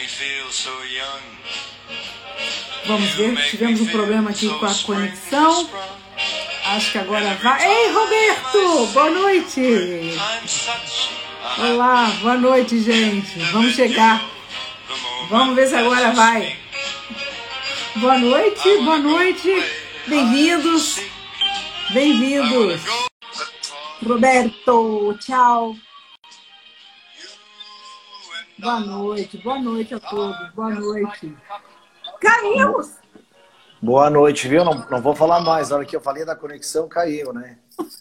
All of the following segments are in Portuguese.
Vamos ver, tivemos um problema aqui com a conexão. Acho que agora vai. Ei, Roberto! Boa noite! Olá, boa noite, gente. Vamos chegar. Vamos ver se agora vai. Boa noite, boa noite. Bem-vindos. Bem-vindos. Roberto, tchau. Boa noite a todos. Boa noite. Caímos! Boa noite, viu? Não vou falar mais. Na hora que eu falei da conexão, caiu, né?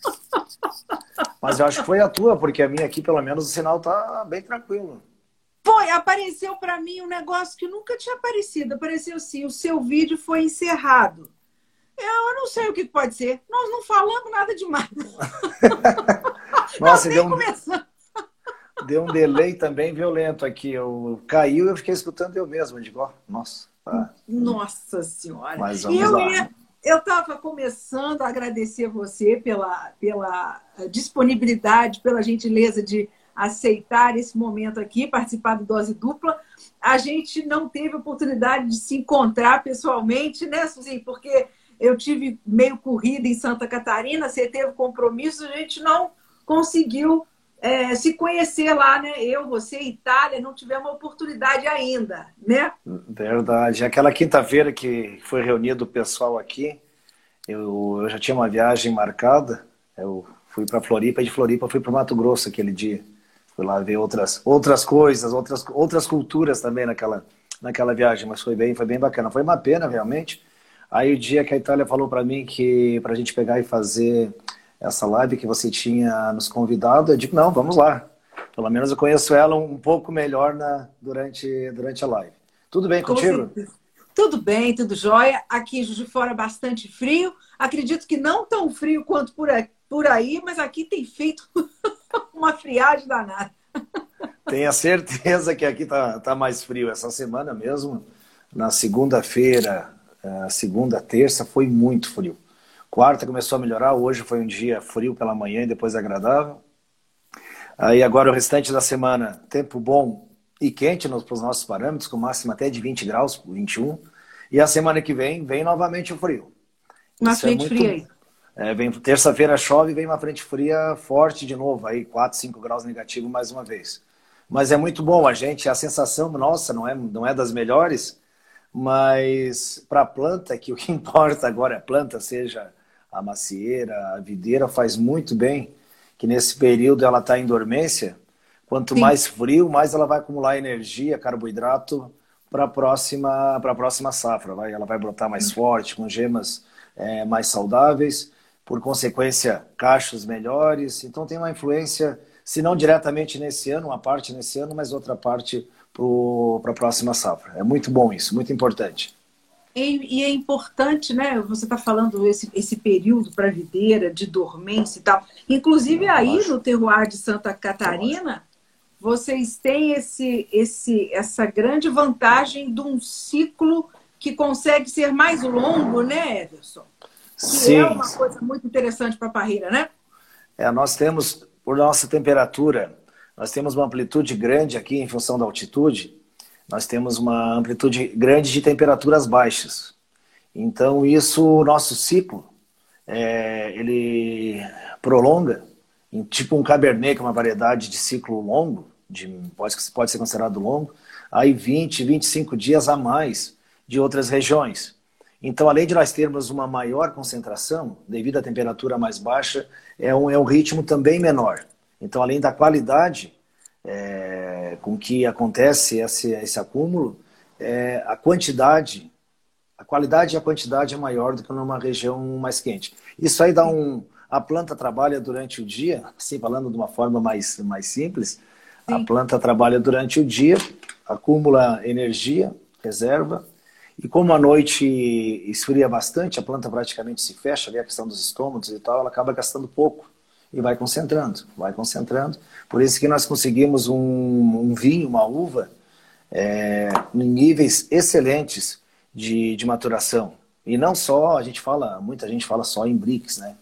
Mas eu acho que foi a tua, porque a minha aqui, pelo menos, o sinal tá bem tranquilo. Foi, apareceu para mim um negócio que nunca tinha aparecido. Apareceu assim, o seu vídeo foi encerrado. Eu não sei o que pode ser. Nós não falamos nada demais. Nossa, deu um delay também violento aqui. Caiu e eu fiquei escutando eu mesmo. Eu digo, ó, nossa. Tá. Nossa Senhora. Mas vamos lá. Eu estava começando a agradecer você pela disponibilidade, pela gentileza de aceitar esse momento aqui, participar do Dose Dupla. A gente não teve oportunidade de se encontrar pessoalmente, né, Suzy? Porque eu tive meio corrida em Santa Catarina, você teve compromisso, a gente não conseguiu se conhecer lá, né? Eu, você, Itália, não tivemos oportunidade ainda, né? Verdade. Aquela quinta-feira que foi reunido o pessoal aqui, eu já tinha uma viagem marcada, eu fui para Floripa, e de Floripa fui para Mato Grosso aquele dia. Fui lá ver outras coisas, outras culturas também naquela viagem, mas foi bem bacana. Foi uma pena, realmente. Aí o dia que a Itália falou para mim que para a gente pegar e fazer essa live que você tinha nos convidado, eu digo, não, vamos lá. Pelo menos eu conheço ela um pouco melhor durante a live. Tudo bem contigo? Tudo bem, tudo jóia. Aqui em Juiz de Fora bastante frio. Acredito que não tão frio quanto por aí, mas aqui tem feito uma friagem danada. Tenho a certeza que aqui tá mais frio. Essa semana mesmo, na segunda-feira, segunda, terça, foi muito frio. Quarta começou a melhorar, hoje foi um dia frio pela manhã e depois agradável. Aí agora o restante da semana, tempo bom e quente para os nossos parâmetros, com máxima até de 20 graus, 21. E a semana que vem frente o frio. Uma frente fria aí. Terça-feira chove e vem uma frente fria forte de novo, aí 4, 5 graus negativo mais uma vez. Mas é muito bom, a sensação, nossa, não é das melhores, mas para a planta, que o que importa agora é a planta, seja a macieira, a videira, faz muito bem que nesse período ela está em dormência. Quanto Sim. mais frio, mais ela vai acumular energia, carboidrato para a próxima safra. Ela vai brotar mais forte, com gemas mais saudáveis, por consequência, cachos melhores. Então tem uma influência, se não diretamente nesse ano, uma parte nesse ano, mas outra parte para a próxima safra. É muito bom isso, muito importante. E é importante, né? Você está falando esse período para a videira, de dormência e tal. Inclusive aí no terroir de Santa Catarina, vocês têm essa grande vantagem de um ciclo que consegue ser mais longo, né, Everson? Sim. É uma coisa muito interessante para a parreira, né? Nós temos, por nossa temperatura, nós temos uma amplitude grande aqui em função da altitude. Nós temos uma amplitude grande de temperaturas baixas. Então, o nosso ciclo, ele prolonga, tipo um Cabernet, que é uma variedade de ciclo longo, pode ser considerado longo, aí 20, 25 dias a mais de outras regiões. Então, além de nós termos uma maior concentração, devido à temperatura mais baixa, é um ritmo também menor. Então, além da qualidade com que acontece esse acúmulo, a qualidade e a quantidade é maior do que numa região mais quente. Isso aí a planta trabalha durante o dia, assim, falando de uma forma mais simples. Sim. A planta trabalha durante o dia, acumula energia, reserva, e como a noite esfria bastante, a planta praticamente se fecha, ali a questão dos estômagos e tal, ela acaba gastando pouco. E vai concentrando. Por isso que nós conseguimos um vinho, uma uva, em níveis excelentes de maturação. E não só, muita gente fala só em brix, né?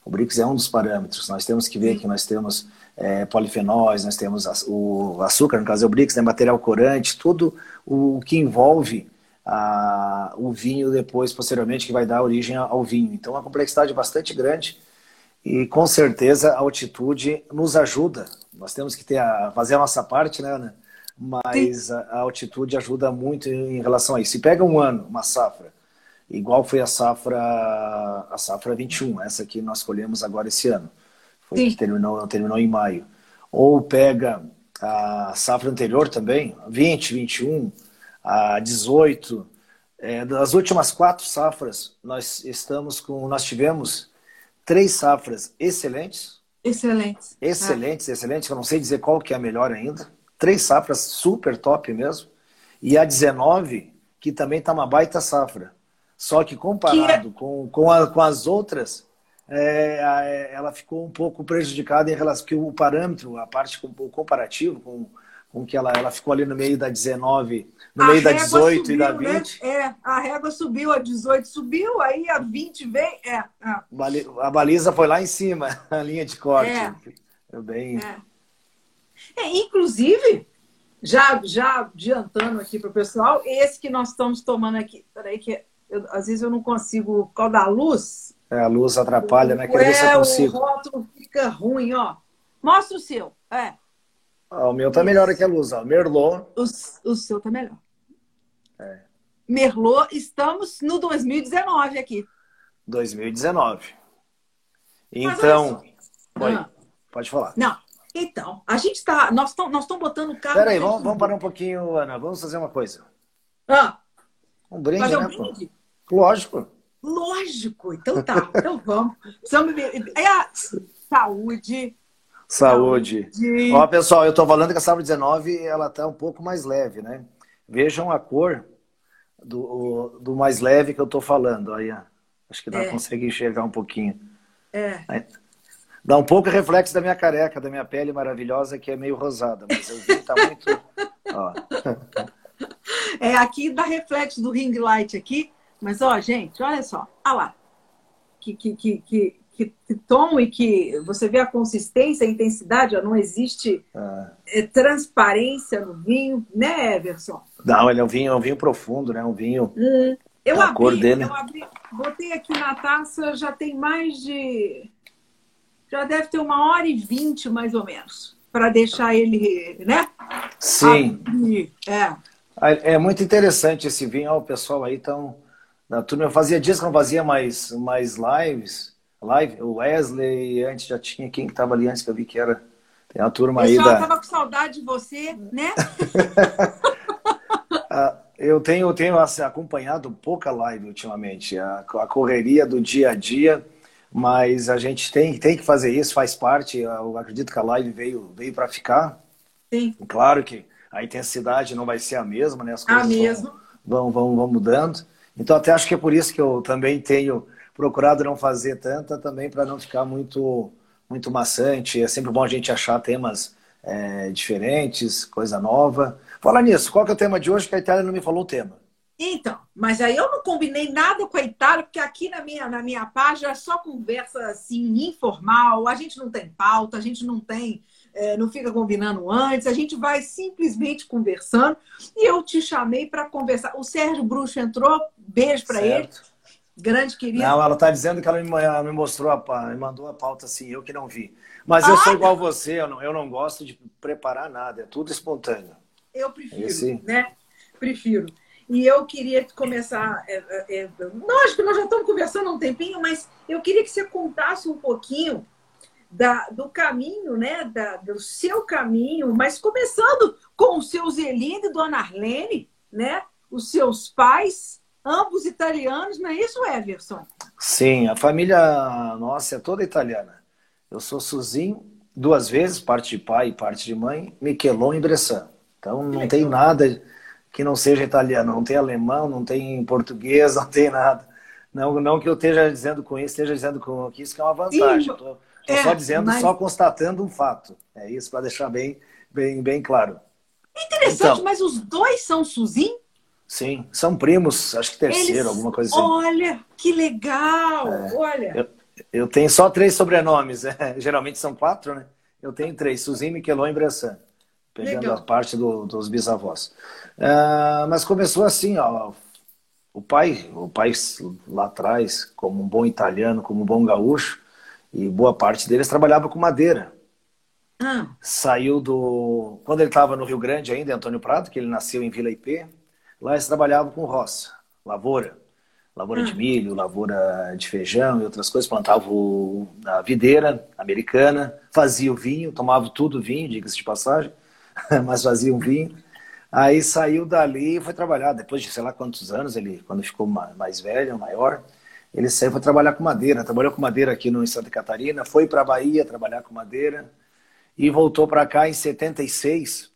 O BRICS é um dos parâmetros. Nós temos que ver que nós temos polifenóis, nós temos o açúcar, no caso é o BRICS, né, material corante, tudo o que envolve o vinho depois, posteriormente, que vai dar origem ao vinho. Então, a complexidade é bastante grande e, com certeza, a altitude nos ajuda. Nós temos que fazer a nossa parte, né, Ana? Mas a altitude ajuda muito em relação a isso. Se pega um ano, uma safra, igual foi a safra 21, essa que nós colhemos agora esse ano, foi que terminou em maio. Ou pega a safra anterior também, 20, 21, a 18. Das últimas 4 safras, nós tivemos 3 safras excelentes. Excelentes, que eu não sei dizer qual que é a melhor ainda. 3 safras super top mesmo. E a 19, que também está uma baita safra. Só que comparado com as outras, ela ficou um pouco prejudicada em relação que o parâmetro, a parte o comparativo, com que ela ficou ali no meio da 19, no meio da 18 subiu, e da 20. Né? A régua subiu, a 18 subiu, aí a 20 veio. A baliza foi lá em cima, a linha de corte. Inclusive, já adiantando aqui para o pessoal, esse que nós estamos tomando aqui, peraí que às vezes eu não consigo, por causa da luz. A luz atrapalha, né? Quer ver se eu consigo. O rótulo fica ruim, ó. Mostra o seu. O meu tá melhor aqui a luz, ó. Merlot. O seu tá melhor. Merlot, estamos no 2019 aqui. 2019. Então, pode falar. Não. Então, a gente tá. Nós estamos botando o carro. Peraí, vamos parar um pouquinho, Ana. Vamos fazer uma coisa. Um brinde, fazer né? Um brinde? Lógico. Então tá. Então vamos. Saúde. Saúde. Ó, pessoal, eu tô falando que a safra 19 ela tá um pouco mais leve, né? Vejam a cor do mais leve que eu tô falando. Aí, acho que consegue enxergar um pouquinho. Dá um pouco reflexo da minha careca, da minha pele maravilhosa, que é meio rosada, mas eu vi que tá muito... Ó. Aqui dá reflexo do ring light aqui, mas ó, gente, olha só, olha lá. Que tom e que você vê a consistência, a intensidade, ó, não existe transparência no vinho, né, Everson? Não, ele é um vinho profundo, né? Um vinho... Eu abri, botei aqui na taça, já tem mais de... Já deve ter 1h20, mais ou menos, para deixar ele, né? Sim. É muito interessante esse vinho. Ó, o pessoal aí estão... Na turma, eu fazia dias que não fazia mais lives. O Wesley, antes já tinha quem que estava ali antes, que eu vi que era... Tem a turma aí da... Eu estava com saudade de você, né? Eu tenho acompanhado pouca live ultimamente. A correria do dia a dia... Mas a gente tem que fazer isso, faz parte. Eu acredito que a live veio para ficar. Sim. Claro que a intensidade não vai ser a mesma, né? As coisas vão mudando. Então, até acho que é por isso que eu também tenho procurado não fazer tanta, também para não ficar muito maçante. É sempre bom a gente achar temas diferentes, coisa nova. Fala nisso, qual que é o tema de hoje? Que a Itália não me falou o tema. Então, mas aí eu não combinei nada com a Itália, porque aqui na minha página é só conversa assim, informal, a gente não tem pauta, a gente não tem, não fica combinando antes, a gente vai simplesmente conversando e eu te chamei para conversar. O Sérgio Bruxo entrou, beijo para ele, grande querido. Não, ela está dizendo que ela me mostrou, me mandou a pauta assim, eu que não vi. Mas eu sou igual você, eu não gosto de preparar nada, é tudo espontâneo. Eu prefiro, né? Prefiro. E eu queria começar... Lógico, nós já estamos conversando há um tempinho, mas eu queria que você contasse um pouquinho do caminho, né? Do seu caminho, mas começando com o seu Zelino e Dona Arlene, né? Os seus pais, ambos italianos, não é isso, Everson? Sim, a família nossa é toda italiana. Eu sou Suzinho 2 vezes, parte de pai e parte de mãe, Michelon e Bressan. Então não tem nada... que não seja italiano, não tem alemão, não tem português, não tem nada. Não que eu esteja dizendo com isso, esteja dizendo com isso que é uma vantagem. Estou só dizendo, só constatando um fato. É isso, para deixar bem claro. Interessante, então, mas os dois são Suzin? Sim, são primos, acho que terceiro, alguma coisa assim. Olha, que legal! Olha. Eu tenho só 3 sobrenomes, geralmente são 4, né? Eu tenho 3, Suzin, Miquelon e Bressan, pegando a Legal. parte dos bisavós. Mas começou assim, ó, o pai lá atrás, como um bom italiano, como um bom gaúcho, e boa parte deles trabalhava com madeira. Ah, Saiu do... Quando ele estava no Rio Grande ainda, em Antônio Prado, que ele nasceu em Vila Ipê, lá eles trabalhavam com roça, lavoura. Lavoura de ah, milho, lavoura de feijão e outras coisas. Plantava a videira americana, fazia o vinho, tomava tudo vinho, diga-se de passagem, mas fazia um vinho. Aí saiu dali e foi trabalhar. Depois de sei lá quantos anos, ele, quando ficou mais velho, maior, ele saiu e foi trabalhar com madeira. Trabalhou com madeira aqui no em Santa Catarina, foi para a Bahia trabalhar com madeira e voltou para cá em 76.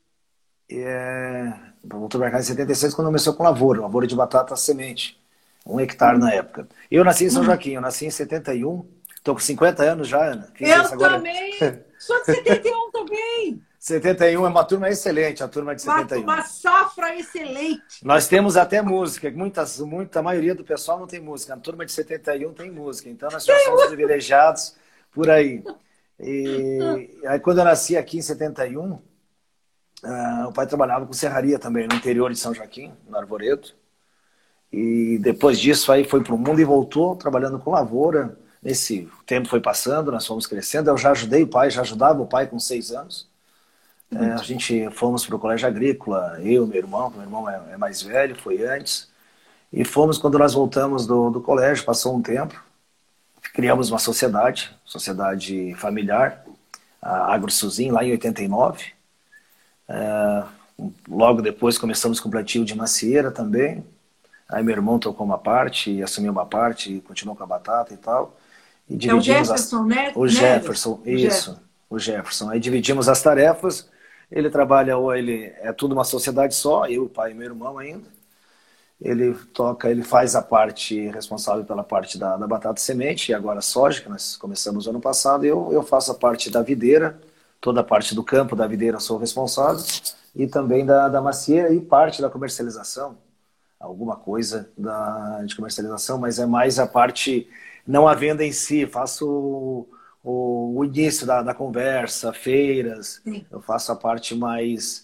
Voltou para cá em 76 quando começou com lavoura de batata semente. 1 hectare na época. Eu nasci em São hum. Joaquim, eu nasci em 71. Estou com 50 anos já, Ana. Fiz isso Eu agora. também sou de 71 também. 71 é uma turma excelente, a turma de Uma, 71. uma safra excelente. Nós temos até música, a maioria do pessoal não tem música. A turma de 71 tem música, então nós já somos privilegiados por aí. E aí quando eu nasci aqui em 71, o pai trabalhava com serraria também, no interior de São Joaquim, no Arvoredo. E depois disso aí foi para o mundo e voltou trabalhando com lavoura. Nesse tempo foi passando, nós fomos crescendo. Eu já ajudei o pai, já ajudava o pai com 6 anos. A gente fomos para o colégio agrícola, eu, meu irmão é mais velho, foi antes. E fomos, quando nós voltamos do colégio, passou um tempo, criamos uma sociedade familiar, a AgroSuzin, lá em 89. Logo depois começamos com o plantio de macieira também. Aí meu irmão tocou uma parte, e assumiu uma parte, e continuou com a batata e tal. E É o dividimos Jefferson, né? o Jefferson, isso, o Jefferson. Aí dividimos as tarefas. Ele trabalha, ou ele é tudo uma sociedade só, eu, o pai e meu irmão ainda. Ele faz a parte responsável pela parte da batata semente, e agora soja, que nós começamos ano passado. Eu faço a parte da videira, toda a parte do campo da videira eu sou responsável, e também da macieira e parte da comercialização. Alguma coisa de comercialização, mas é mais a parte, não a venda em si. Faço o início da conversa, feiras. Sim. Eu faço a parte mais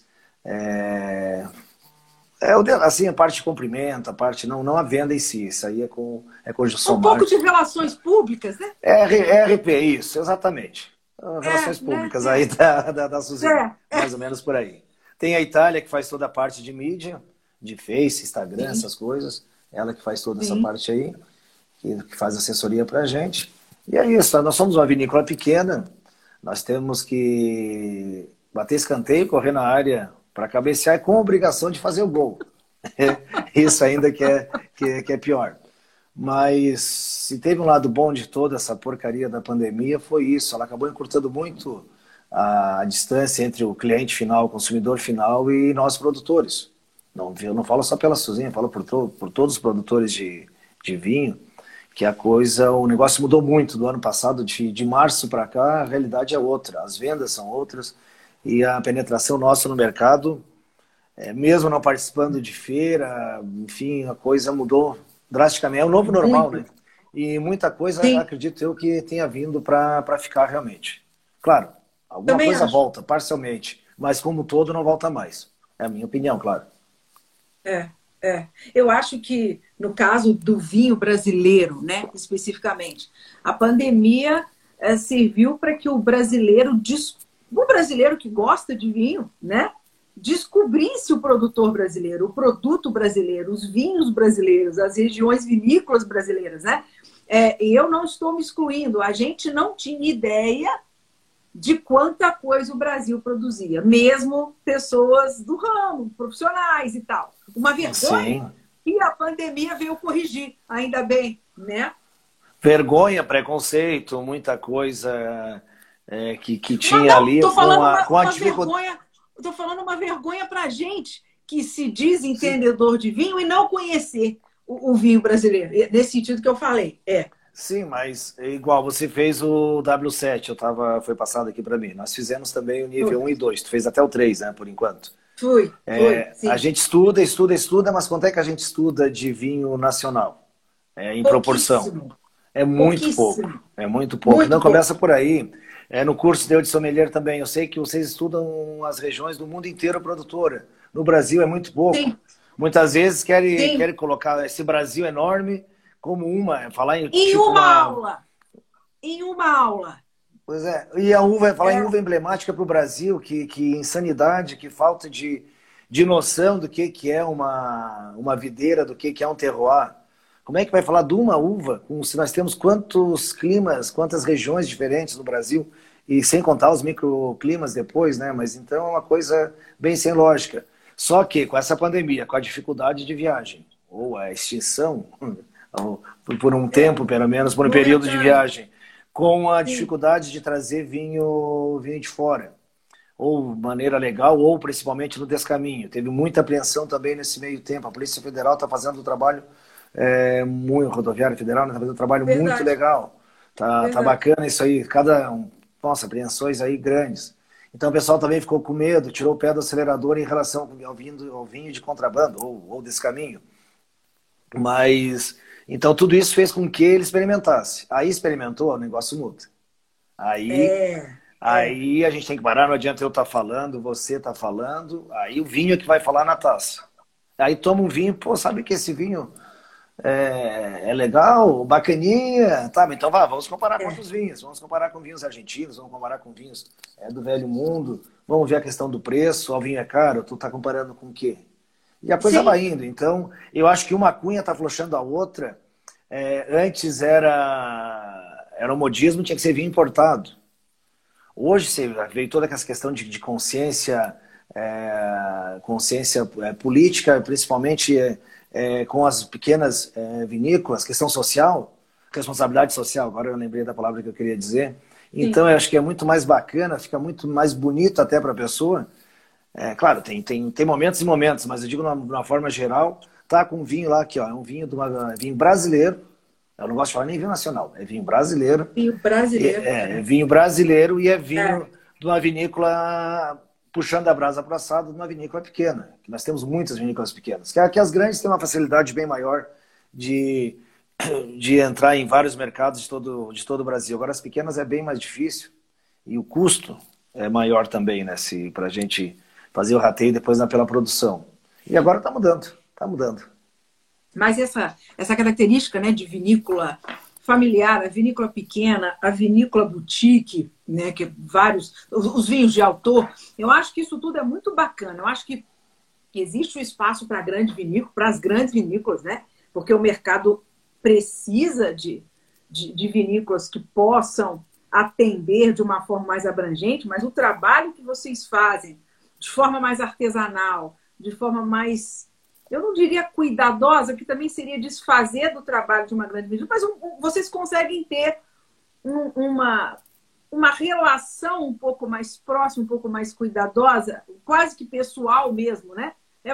assim, a parte de cumprimento, a parte não a venda em si. Isso aí é com o Um Gilson pouco Marques. de relações públicas, né? RP, isso, exatamente. Relações Né? públicas aí da Suzine, É. mais ou menos por aí. Tem a Itália, que faz toda a parte de mídia, de Face, Instagram, Sim, essas coisas. Ela que faz toda essa sim. parte aí, que faz assessoria pra gente. E é isso, nós somos uma vinícola pequena, nós temos que bater escanteio, correr na área para cabecear e com a obrigação de fazer o gol. Isso ainda que é pior. Mas se teve um lado bom de toda essa porcaria da pandemia, foi isso. Ela acabou encurtando muito a distância entre o cliente final, o consumidor final e nós produtores. Não, eu não falo só pela Suzinha, eu falo por todos os produtores de vinho, que o negócio mudou muito do ano passado, de março para cá, a realidade é outra, as vendas são outras e a penetração nossa no mercado, mesmo não participando de feira, enfim, a coisa mudou drasticamente, é o novo normal, Muito. né? E muita coisa, Sim, acredito eu, que tenha vindo para ficar realmente. Claro, alguma também coisa acho. volta, parcialmente, mas como um todo não volta mais. É a minha opinião, claro. É, é. Eu acho que, no caso do vinho brasileiro, né, especificamente, a pandemia serviu para que o brasileiro que gosta de vinho, né, descobrisse o produtor brasileiro, o produto brasileiro, os vinhos brasileiros, as regiões vinícolas brasileiras, né? E eu não estou me excluindo, a gente não tinha ideia de quanta coisa o Brasil produzia, mesmo pessoas do ramo, profissionais e tal. Uma vergonha Sim. que a pandemia veio corrigir, ainda bem, né? Vergonha, preconceito, muita coisa que Mas tinha não, ali estou falando com a uma dificuldade. vergonha, estou falando uma vergonha para a gente que se diz entendedor de vinho e não conhecer o vinho brasileiro, nesse sentido que eu falei. Sim, mas igual você fez o W7, foi passado aqui para mim. Nós fizemos também o nível Foi, 1 e 2. Tu fez até o 3, né, por enquanto. foi, A sim. gente estuda, mas quanto é que a gente estuda de vinho nacional? Em proporção. Pouquíssimo. É muito pouco. Pouquíssimo. É muito pouco. Muito Não pouco. começa por aí. No curso de sommelier também. Eu sei que vocês estudam as regiões do mundo inteiro produtora. No Brasil é muito pouco. Sim, Muitas vezes sim. querem colocar esse Brasil enorme como falar em Em tipo uma uma. aula. Em uma aula. Pois é. E a uva, falar em É, uva emblemática para o Brasil, que insanidade, que falta de noção do que é uma videira, do que é um terroir. Como é que vai falar de uma uva, se nós temos quantos climas, quantas regiões diferentes no Brasil, e sem contar os microclimas depois, né? Mas então é uma coisa bem sem lógica. Só que com essa pandemia, com a dificuldade de viagem, ou a extinção, ou por um tempo, pelo menos, por um período de momentâneo. viagem, com a Sim, dificuldade de trazer vinho de fora, ou maneira legal, ou principalmente no descaminho. Teve muita apreensão também nesse meio tempo. A Polícia Federal está fazendo um trabalho muito, Rodoviária Federal está fazendo um trabalho muito verdade, legal. Tá verdade. bacana isso aí. Nossa, apreensões aí grandes. Então o pessoal também ficou com medo, tirou o pé do acelerador em relação ao vinho de contrabando ou descaminho. Mas, então tudo isso fez com que ele experimentasse. Aí experimentou, o negócio muda. Aí, É, é. aí a gente tem que parar, não adianta eu estar falando, você tá falando, aí o vinho é que vai falar na taça. Aí toma um vinho, pô, sabe que esse vinho é legal, bacaninha, tá, então vamos comparar com É. outros vinhos, vamos comparar com vinhos argentinos, vamos comparar com vinhos do velho mundo, vamos ver a questão do preço, o vinho é caro, tu tá comparando com o quê? E a coisa Sim, vai indo. Então, eu acho que uma cunha está afrouxando a outra. Antes era o modismo, tinha que ser vinho importado. Hoje veio toda essa questão de consciência, consciência política, principalmente com as pequenas vinícolas, questão social, responsabilidade social, agora eu lembrei da palavra que eu queria dizer. Então, sim. eu acho que é muito mais bacana, fica muito mais bonito até para a pessoa. Claro, tem momentos e momentos, mas eu digo de uma forma geral, tá com um vinho lá aqui, ó, é um vinho brasileiro. Eu não gosto de falar nem vinho nacional, é vinho brasileiro. Vinho brasileiro. É vinho brasileiro e é É, vinho de uma vinícola puxando a brasa para o assado de uma vinícola pequena. Nós temos muitas vinícolas pequenas. Que as grandes têm uma facilidade bem maior de, de entrar em vários mercados de todo o Brasil. Agora as pequenas é bem mais difícil e o custo é maior também, né? Para a gente fazer o rateio depois pela produção. E agora está mudando, está mudando. mas essa característica, né, de vinícola familiar, a vinícola pequena, a vinícola boutique, né, que os vinhos de autor, eu acho que isso tudo é muito bacana. Eu acho que existe um espaço para grande vinícola, para as grandes vinícolas, né? Porque o mercado precisa de vinícolas que possam atender de uma forma mais abrangente, mas o trabalho que vocês fazem de forma mais artesanal, de forma mais, eu não diria cuidadosa, que também seria desfazer do trabalho de uma grande vinícola, mas vocês conseguem ter uma, uma relação um pouco mais próxima, um pouco mais cuidadosa, quase que pessoal mesmo, né?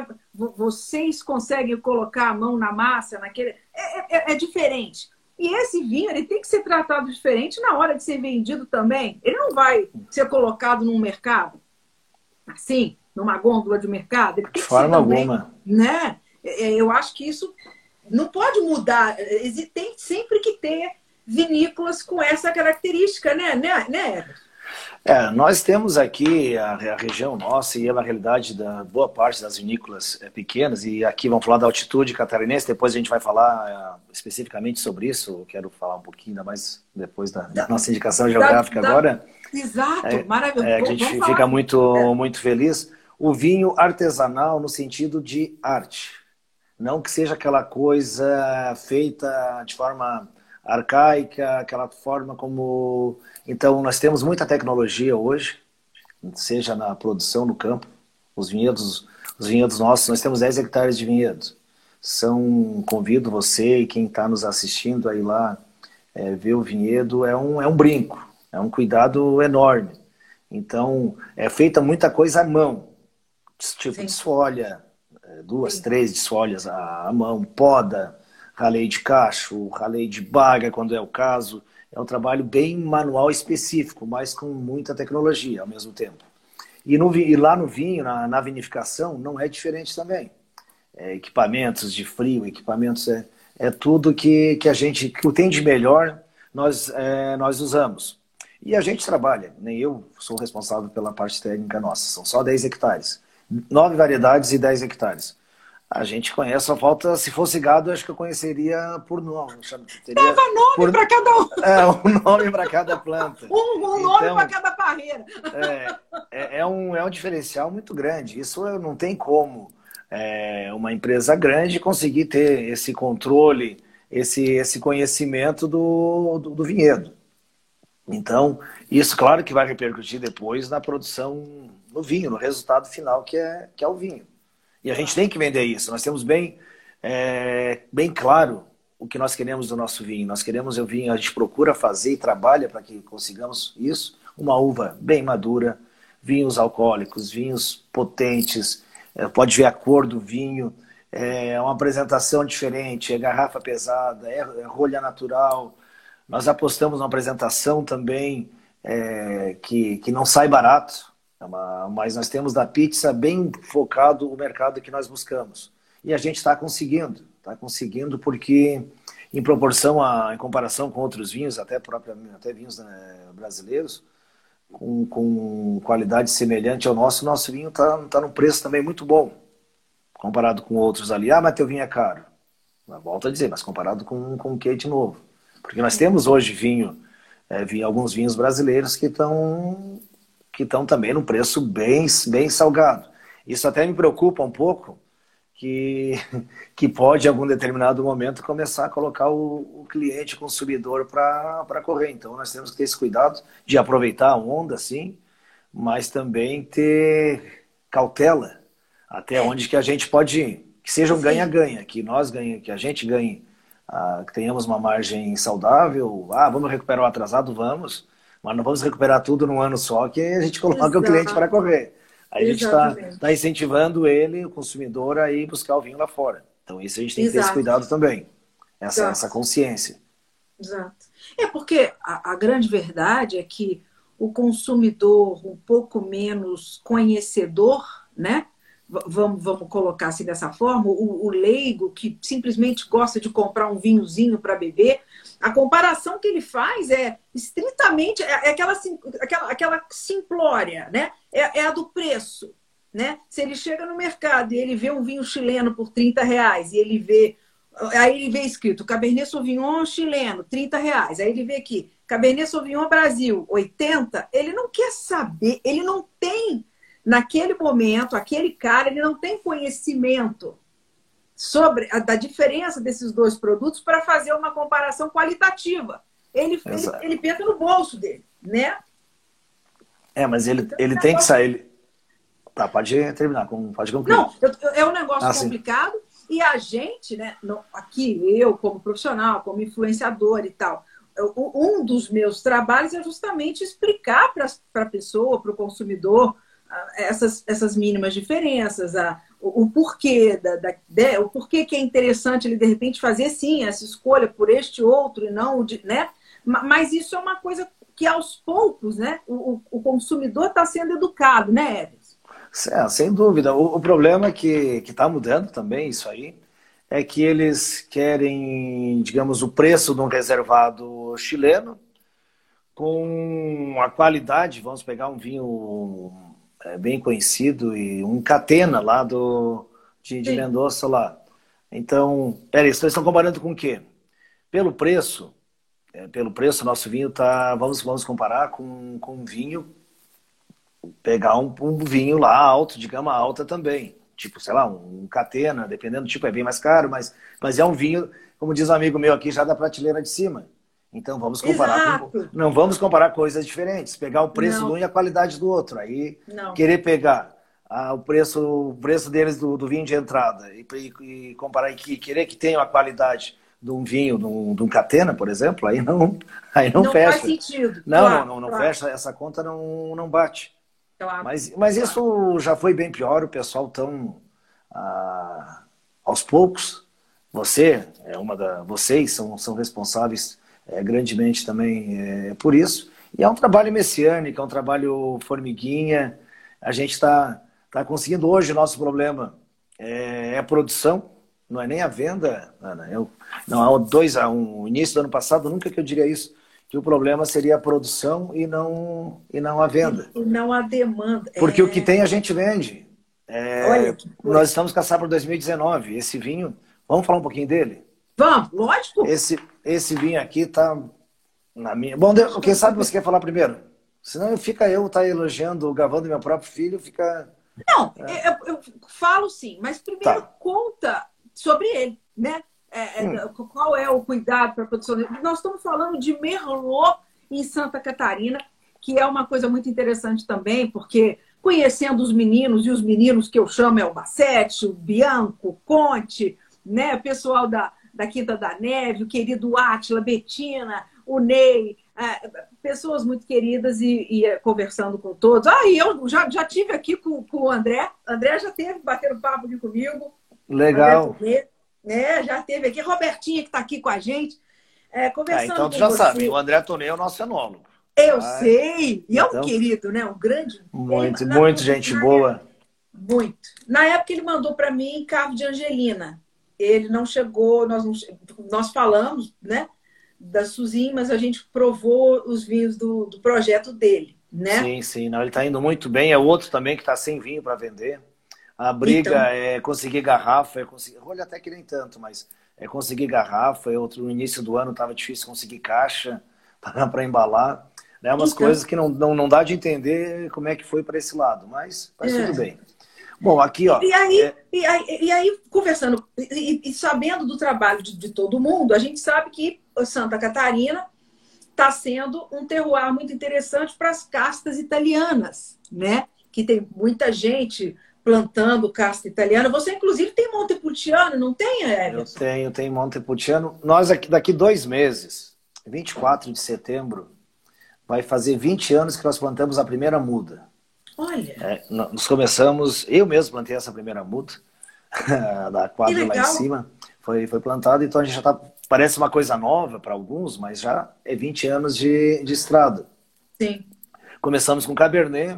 Vocês conseguem colocar a mão na massa, naquele. É diferente. E esse vinho ele tem que ser tratado diferente na hora de ser vendido também. Ele não vai ser colocado num mercado, assim, numa gôndola de mercado. Ele De tem que ser forma também, alguma. né? Eu acho que isso não pode mudar. Tem sempre que ter vinícolas com essa característica, né? Nós temos aqui a região nossa e a realidade da boa parte das vinícolas pequenas, e aqui vamos falar da altitude catarinense, depois a gente vai falar especificamente sobre isso, eu quero falar um pouquinho ainda mais depois da nossa indicação geográfica agora. Exato, maravilhoso. A gente Vamos fica falar. muito feliz. O vinho artesanal no sentido de arte. Não que seja aquela coisa feita de forma arcaica, aquela forma como... Então, nós temos muita tecnologia hoje, seja na produção no campo. Os vinhedos nossos, nós temos 10 hectares de vinhedos. Convido você e quem está nos assistindo aí lá ver o vinhedo, é um brinco, é um cuidado enorme. Então, é feita muita coisa à mão, tipo Sim, desfolha, duas, sim. três desfolhas à mão, poda, raleio de cacho, raleio de baga, quando é o caso. É um trabalho bem manual específico, mas com muita tecnologia ao mesmo tempo. E lá no vinho, na vinificação, não é diferente também. Equipamentos de frio, equipamentos... é tudo que a gente que tem de melhor, nós usamos. E a gente trabalha, nem eu sou responsável pela parte técnica nossa, são só 10 hectares. 9 variedades e 10 hectares. A gente conhece, só falta, se fosse gado, acho que eu conheceria por nome. Dava nome para cada um. Um nome para cada planta. Um nome para cada parreira. É um diferencial muito grande. Isso não tem como uma empresa grande conseguir ter esse controle, esse conhecimento do vinhedo. Então, isso claro que vai repercutir depois na produção, no vinho, no resultado final que é o vinho. E a gente tem que vender isso. Nós temos bem claro o que nós queremos do nosso vinho. Nós queremos o vinho, a gente procura fazer e trabalha para que consigamos isso. Uma uva bem madura, vinhos alcoólicos, vinhos potentes, pode ver a cor do vinho, uma apresentação diferente, é garrafa pesada, é rolha natural. Nós apostamos na apresentação também que não sai barato. Mas nós temos da pizza bem focado o mercado que nós buscamos. E a gente está conseguindo porque em comparação com outros vinhos, até vinhos brasileiros, com qualidade semelhante ao nosso vinho está num preço também muito bom, comparado com outros ali. Mas teu vinho é caro. Volto a dizer, mas comparado com o Kate novo. Porque nós temos hoje alguns vinhos brasileiros que estão também num preço bem, bem salgado. Isso até me preocupa um pouco, que pode, em algum determinado momento, começar a colocar o cliente, o consumidor, para correr. Então, nós temos que ter esse cuidado de aproveitar a onda, sim, mas também ter cautela até onde que a gente pode ir. Que seja um ganha-ganha, que a gente ganhe, que tenhamos uma margem saudável. Vamos recuperar o atrasado? Vamos. Mas não vamos recuperar tudo num ano só, que a gente coloca o cliente para correr. Aí a gente está incentivando o consumidor, a ir buscar o vinho lá fora. Então isso a gente tem que ter esse cuidado também, essa consciência. Exato. Porque a grande verdade é que o consumidor um pouco menos conhecedor, né? Vamos colocar assim dessa forma, o leigo que simplesmente gosta de comprar um vinhozinho para beber, a comparação que ele faz é estritamente aquela simplória, né? É a do preço, né? Se ele chega no mercado e ele vê um vinho chileno por R$30 e aí ele vê escrito Cabernet Sauvignon chileno, R$30. Aí ele vê aqui, Cabernet Sauvignon Brasil, 80. Ele não quer saber, ele não tem, naquele momento, aquele cara, ele não tem conhecimento da diferença desses dois produtos para fazer uma comparação qualitativa. Ele pensa no bolso dele, né? Mas ele tem que sair. Tá, pode terminar, pode concluir. Não, é um negócio complicado. E a gente, né, aqui, eu como profissional, como influenciador e tal, um dos meus trabalhos é justamente explicar para a pessoa, para o consumidor, essas mínimas diferenças, o porquê, o porquê que é interessante ele, de repente, fazer, sim, essa escolha por este outro e não, né? Mas isso é uma coisa que, aos poucos, né, o consumidor está sendo educado, né, Everson? Sem dúvida. O problema é que está mudando também isso aí, é que eles querem, digamos, o preço de um reservado chileno com a qualidade, vamos pegar um vinho bem conhecido, e um Catena lá de Mendoza lá. Então, eles estão comparando com o quê? Pelo preço, nosso vinho tá, vamos comparar com um vinho, pegar um vinho lá alto, de gama alta também. Tipo, sei lá, um Catena, dependendo do tipo, é bem mais caro, mas é um vinho, como diz um amigo meu aqui, já da prateleira de cima. Então vamos comparar, não vamos comparar coisas diferentes, pegar o preço de um e a qualidade do outro. Aí querer pegar o preço deles do vinho de entrada e comparar e querer que tenha a qualidade de um vinho, de um Catena, por exemplo, aí não fecha. Faz sentido. Não fecha, essa conta não bate. Claro. Mas isso já foi bem pior, o pessoal tão aos poucos. Vocês são responsáveis grandemente também por isso. E é um trabalho messiânico, é um trabalho formiguinha. A gente está conseguindo hoje, o nosso problema é a produção, não é nem a venda, Ana. Não, o início do ano passado, nunca que eu diria isso, que o problema seria a produção e não a venda. E não a demanda. Porque o que tem a gente vende. Olha que coisa. Nós estamos com a safra 2019. Esse vinho, vamos falar um pouquinho dele? Vamos, lógico. Esse vinho aqui tá na minha... Bom, quem sabe você quer falar primeiro? Senão fica eu elogiando, gravando meu próprio filho, fica... Não, eu falo sim, mas primeiro Tá. conta sobre ele, né? Qual é o cuidado para a produção dele? Nós estamos falando de Merlot em Santa Catarina, que é uma coisa muito interessante também, porque conhecendo os meninos, e os meninos que eu chamo é o Bassetti, o Bianco, o Conte, né? O pessoal da Quinta da Neve, o querido Átila, Betina, o Ney, pessoas muito queridas e conversando com todos. E eu já tive aqui com o André. André já teve batendo papo aqui comigo. Legal. Já teve aqui. Robertinha, que está aqui com a gente. Conversando então tu com já você. sabe, o André Tonei é o nosso enólogo. Eu sei. E é um Então, querido, né? Um grande... Muito gente boa. Muito. Na época ele mandou para mim Cavo de Angelina. Ele não chegou, nós falamos, né? Da Suzin, mas a gente provou os vinhos do projeto dele, né? Sim. Não, ele está indo muito bem. É outro também que está sem vinho para vender. A briga é conseguir garrafa, olha, até que nem tanto, mas é conseguir garrafa. No início do ano estava difícil conseguir caixa para embalar. Né? Umas coisas que não dá de entender como é que foi para esse lado, mas tudo bem. Bom, aqui, ó. E aí conversando e sabendo do trabalho de todo mundo, a gente sabe que Santa Catarina está sendo um terroir muito interessante para as castas italianas, né? Que tem muita gente plantando casta italiana. Você, inclusive, tem Montepulciano, não tem, Everson? Eu tenho Montepulciano. Nós, daqui 2 meses, 24 de setembro, vai fazer 20 anos que nós plantamos a primeira muda. Olha! Nós começamos, eu mesmo plantei essa primeira muda, da quadra lá em cima. Foi plantado, então a gente já tá... Parece uma coisa nova para alguns, mas já é 20 anos de estrada. Sim. Começamos com Cabernet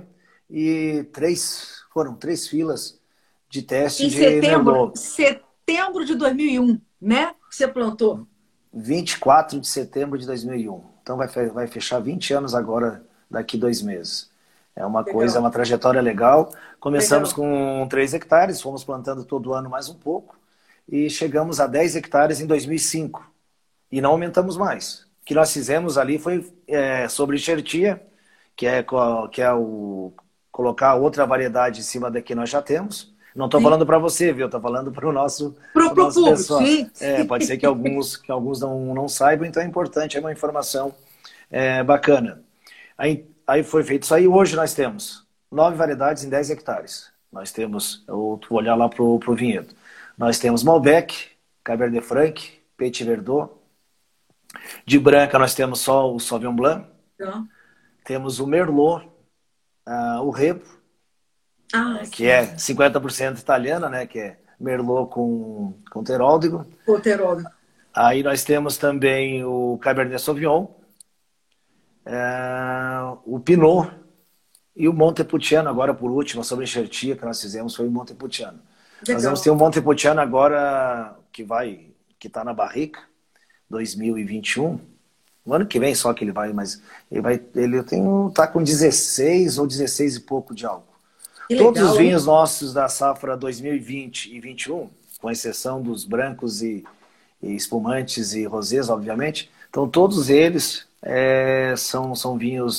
e foram 3 filas de teste de Merlot. Setembro de 2001, né? Que você plantou. 24 de setembro de 2001. Então vai fechar 20 anos agora, daqui 2 meses. É uma coisa, uma trajetória legal. Começamos com 3 hectares, fomos plantando todo ano mais um pouco e chegamos a 10 hectares em 2005. E não aumentamos mais. O que nós fizemos ali foi sobre enxertia, que é colocar outra variedade em cima da que nós já temos. Não estou falando para você, viu? Estou falando para o nosso pessoal. Sim. Pode ser que alguns não saibam, então é importante, é uma informação bacana. Aí foi feito isso aí. Hoje nós temos 9 variedades em 10 hectares. Nós temos, eu vou olhar lá pro vinhedo. Nós temos Malbec, Cabernet Franc, Petit Verdot. De branca nós temos só o Sauvignon Blanc. Temos o Merlot, o Rebo, que é 50% italiana, né? Que é Merlot com Teróldego. Aí nós temos também o Cabernet Sauvignon, o Pinot e o Montepulciano agora por último, sobre a enxertia que nós fizemos foi o Montepulciano. Nós vamos ter um Montepulciano agora que está na barrica, 2021. No ano que vem só que ele vai, mas tá com 16 ou 16 e pouco de álcool. Todos os vinhos nossos da safra 2020 e 2021, com exceção dos brancos e espumantes e rosés, obviamente, então todos eles são vinhos...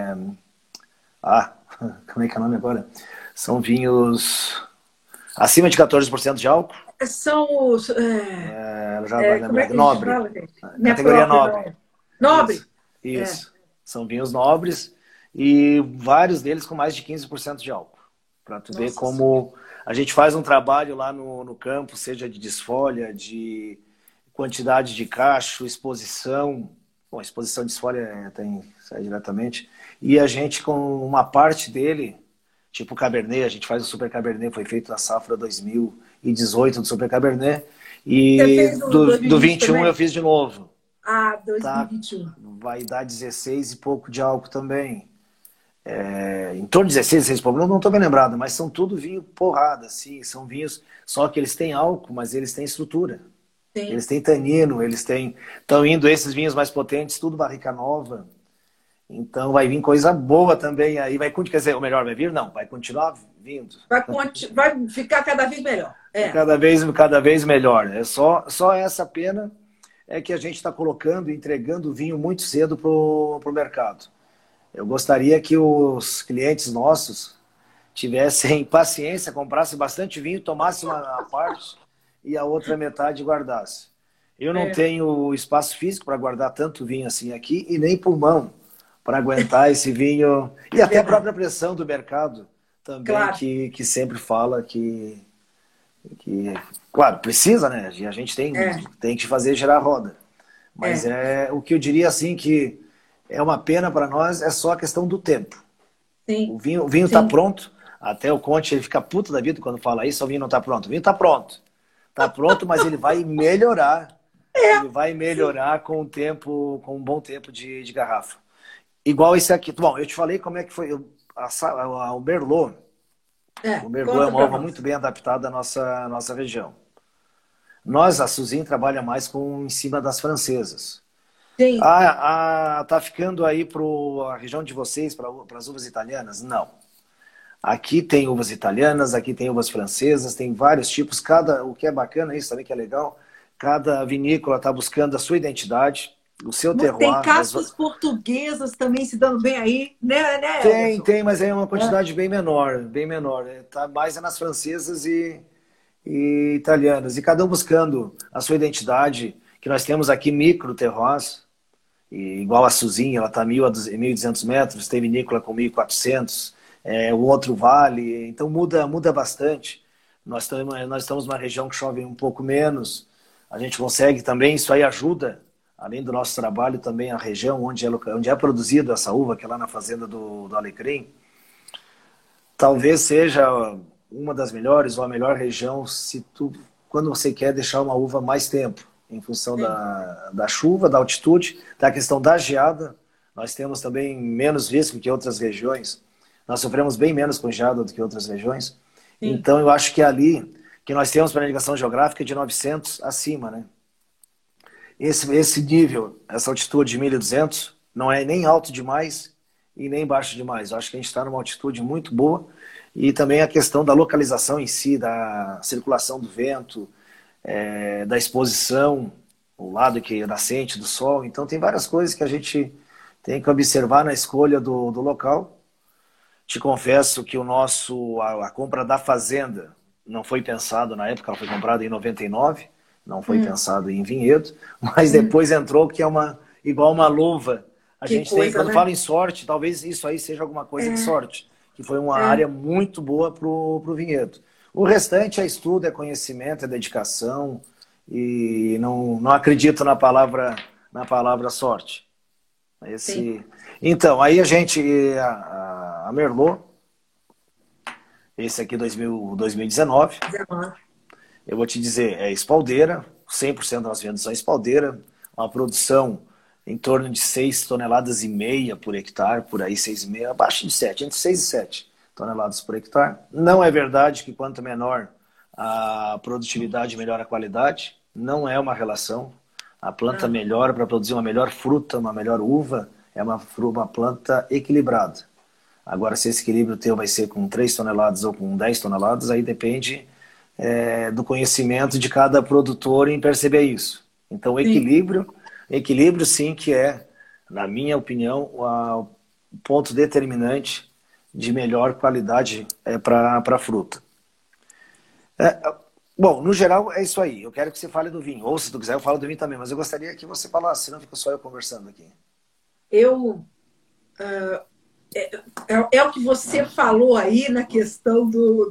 como é que é o nome agora? São vinhos acima de 14% de álcool. São os... nobre. Categoria nobre. Nobre? Isso. São vinhos nobres e vários deles com mais de 15% de álcool. Para tu ver como a gente faz um trabalho lá no campo, seja de desfolha, de quantidade de cacho, exposição. Bom, exposição de desfolha sai diretamente. E a gente, com uma parte dele, tipo o Cabernet, a gente faz o Super Cabernet, foi feito na safra 2018 do Super Cabernet. E do 21 também? Eu fiz de novo. 2021. Vai dar 16 e pouco de álcool também. em torno de 16, 16 por não estou bem lembrado, mas são tudo vinho porrada, assim, são vinhos, só que eles têm álcool, mas eles têm estrutura. Sim. Eles têm tanino, eles têm. Estão indo esses vinhos mais potentes, tudo barrica nova. Então vai vir coisa boa também aí. Vai, quer dizer, o melhor vai vir? Não, vai continuar vindo. Vai ficar cada vez melhor. Cada vez melhor. É só essa pena é que a gente está colocando, entregando o vinho muito cedo para o mercado. Eu gostaria que os clientes nossos tivessem paciência, comprassem bastante vinho, tomassem uma parte e a outra metade guardasse. Eu não tenho espaço físico para guardar tanto vinho assim aqui e nem pulmão para aguentar esse vinho. E até a própria pressão do mercado também, claro. que sempre fala que, claro, precisa, né? A gente tem que fazer girar a roda. Mas o que eu diria assim que é uma pena para nós é só a questão do tempo. Sim. O vinho está pronto. Até o Conte ele fica puto da vida quando fala isso, o vinho não está pronto. O vinho está pronto. Está pronto, mas ele vai melhorar. Ele vai melhorar com o tempo, com um bom tempo de garrafa. Igual esse aqui. Bom, eu te falei como é que foi o Merlot. O Merlot é uma uva muito bem adaptada à nossa região. Nós, a Suzin, trabalha mais em cima das francesas. Sim. Tá ficando aí para a região de vocês, para as uvas italianas? Não. Aqui tem uvas italianas, aqui tem uvas francesas, tem vários tipos. O que é bacana, isso também que é legal, cada vinícola está buscando a sua identidade, o seu terroir. Tem castas portuguesas também se dando bem aí, né? Tem, mas é uma quantidade bem menor, bem menor. Tá mais nas francesas e italianas. E cada um buscando a sua identidade, que nós temos aqui micro terroirs, igual a Suzinha, ela está a 1.200 metros, tem vinícola com 1.400, o outro vale, então muda bastante. Nós estamos numa região que chove um pouco menos, a gente consegue também, isso aí ajuda, além do nosso trabalho, também a região onde é produzida essa uva, que é lá na fazenda do Alecrim, talvez seja uma das melhores ou a melhor região quando você quer deixar uma uva mais tempo, em função da chuva, da altitude, da questão da geada. Nós temos também menos risco que outras regiões. Nós sofremos bem menos com geada do que outras regiões. Sim. Então, eu acho que ali, que nós temos para a indicação geográfica de 900 acima, né? Esse nível, essa altitude de 1.200, não é nem alto demais e nem baixo demais. Eu acho que a gente está numa altitude muito boa. E também a questão da localização em si, da circulação do vento, da exposição, o lado que é nascente do sol. Então tem várias coisas que a gente tem que observar na escolha do local. Te confesso que a compra da fazenda não foi pensado na época, ela foi comprada em 99, não foi pensado em vinhedo, mas depois entrou que é igual uma luva. A gente tem, quando fala em sorte, talvez isso aí seja alguma coisa de sorte, que foi uma área muito boa para o vinhedo. O restante é estudo, é conhecimento, é dedicação, e não acredito na palavra sorte. Então, aí a Merlot, esse aqui 2019, eu vou te dizer, é espaldeira, 100% das vendas são espaldeira, uma produção em torno de 6,5 toneladas por hectare, por aí 6,5, abaixo de 7, entre 6 e 7 toneladas por hectare. Não é verdade que quanto menor a produtividade, melhor a qualidade. Não é uma relação. A planta melhora para produzir uma melhor fruta, uma melhor uva, é uma planta equilibrada. Agora, se esse equilíbrio teu vai ser com 3 toneladas ou com 10 toneladas, aí depende do conhecimento de cada produtor em perceber isso. Então, equilíbrio sim que é, na minha opinião, o ponto determinante de melhor qualidade para a fruta. Bom, no geral é isso aí. Eu quero que você fale do vinho. Ou se tu quiser, eu falo do vinho também. Mas eu gostaria que você falasse, senão fica só eu conversando aqui. É o que você falou aí na questão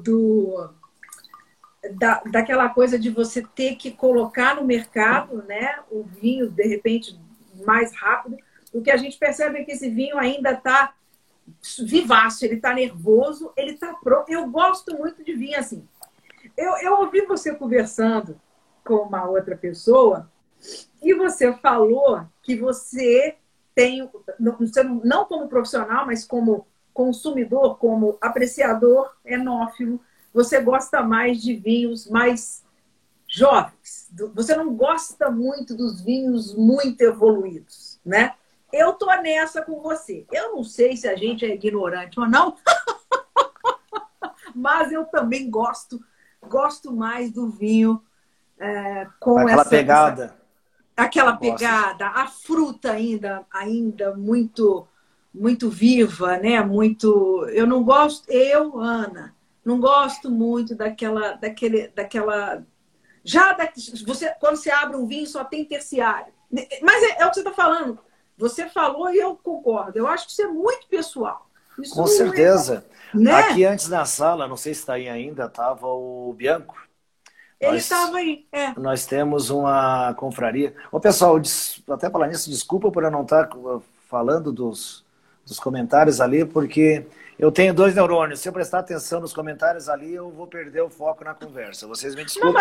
daquela coisa de você ter que colocar no mercado, né, o vinho, de repente, mais rápido. O que a gente percebe é que esse vinho ainda está vivaço, ele está nervoso, ele está pronto. Eu gosto muito de vinho assim. Eu ouvi você conversando com uma outra pessoa e você falou que você tem, não como profissional, mas como consumidor, como apreciador enófilo, você gosta mais de vinhos mais jovens. Você não gosta muito dos vinhos muito evoluídos, né? Eu tô nessa com você. Eu não sei se a gente é ignorante ou não, mas eu também gosto mais do vinho com aquela pegada. Aquela pegada, a fruta ainda muito viva, né? Muito. Eu não gosto, Ana, não gosto muito daquela. Quando você abre um vinho, só tem terciário. Mas é o que você está falando. Você falou e eu concordo. Eu acho que isso é muito pessoal. Isso com certeza. Né? Aqui antes na sala, não sei se está aí ainda, estava o Bianco. Ele estava aí. Nós temos uma confraria. Ô, pessoal, até falar nisso, desculpa por eu não estar falando dos comentários ali, porque eu tenho 2 neurônios. Se eu prestar atenção nos comentários ali, eu vou perder o foco na conversa. Vocês me desculpem.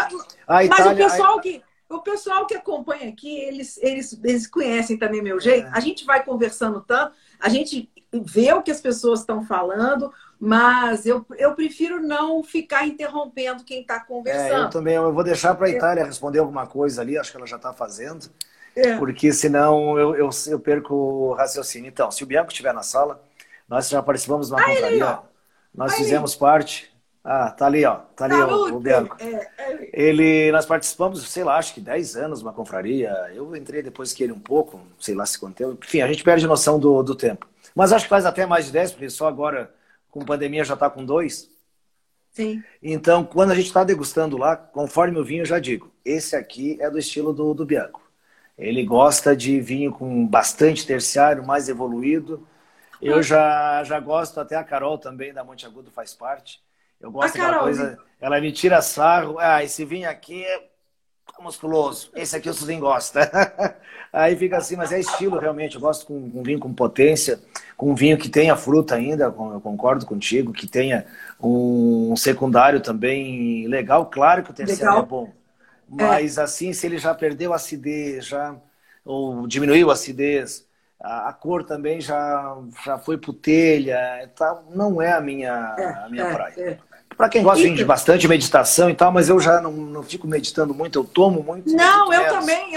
Mas o pessoal que acompanha aqui, eles conhecem também meu jeito. A gente vai conversando tanto, a gente vê o que as pessoas estão falando, mas eu prefiro não ficar interrompendo quem está conversando. Eu também. Eu vou deixar para a Itália responder alguma coisa ali, acho que ela já está fazendo, porque senão eu perco o raciocínio. Então, se o Bianco estiver na sala, nós já participamos de uma confraria, nós fizemos parte... tá ali, ó. Tá ali o Bianco. Nós participamos, sei lá, acho que 10 anos uma confraria. Eu entrei depois que ele um pouco, sei lá se quanto tempo. Enfim, a gente perde noção do tempo. Mas acho que faz até mais de 10, porque só agora, com pandemia, já está com 2. Sim. Então, quando a gente está degustando lá, conforme o vinho, eu já digo, esse aqui é do estilo do Bianco. Ele gosta de vinho com bastante terciário, mais evoluído. Eu já gosto, até a Carol também, da Monte Agudo, faz parte. Eu gosto daquela coisa, ela me tira sarro, esse vinho aqui é musculoso, esse aqui o Suzin gosta. Aí fica assim, mas é estilo realmente, eu gosto com um vinho com potência, com um vinho que tenha fruta ainda, eu concordo contigo, que tenha um secundário também legal, claro que o terceiro é bom, mas assim, se ele já perdeu a acidez, ou diminuiu a acidez, a cor também já foi pro telha, não é a minha praia. Para quem gosta de bastante meditação e tal, mas eu já não fico meditando muito, eu tomo muito. Não, eu também.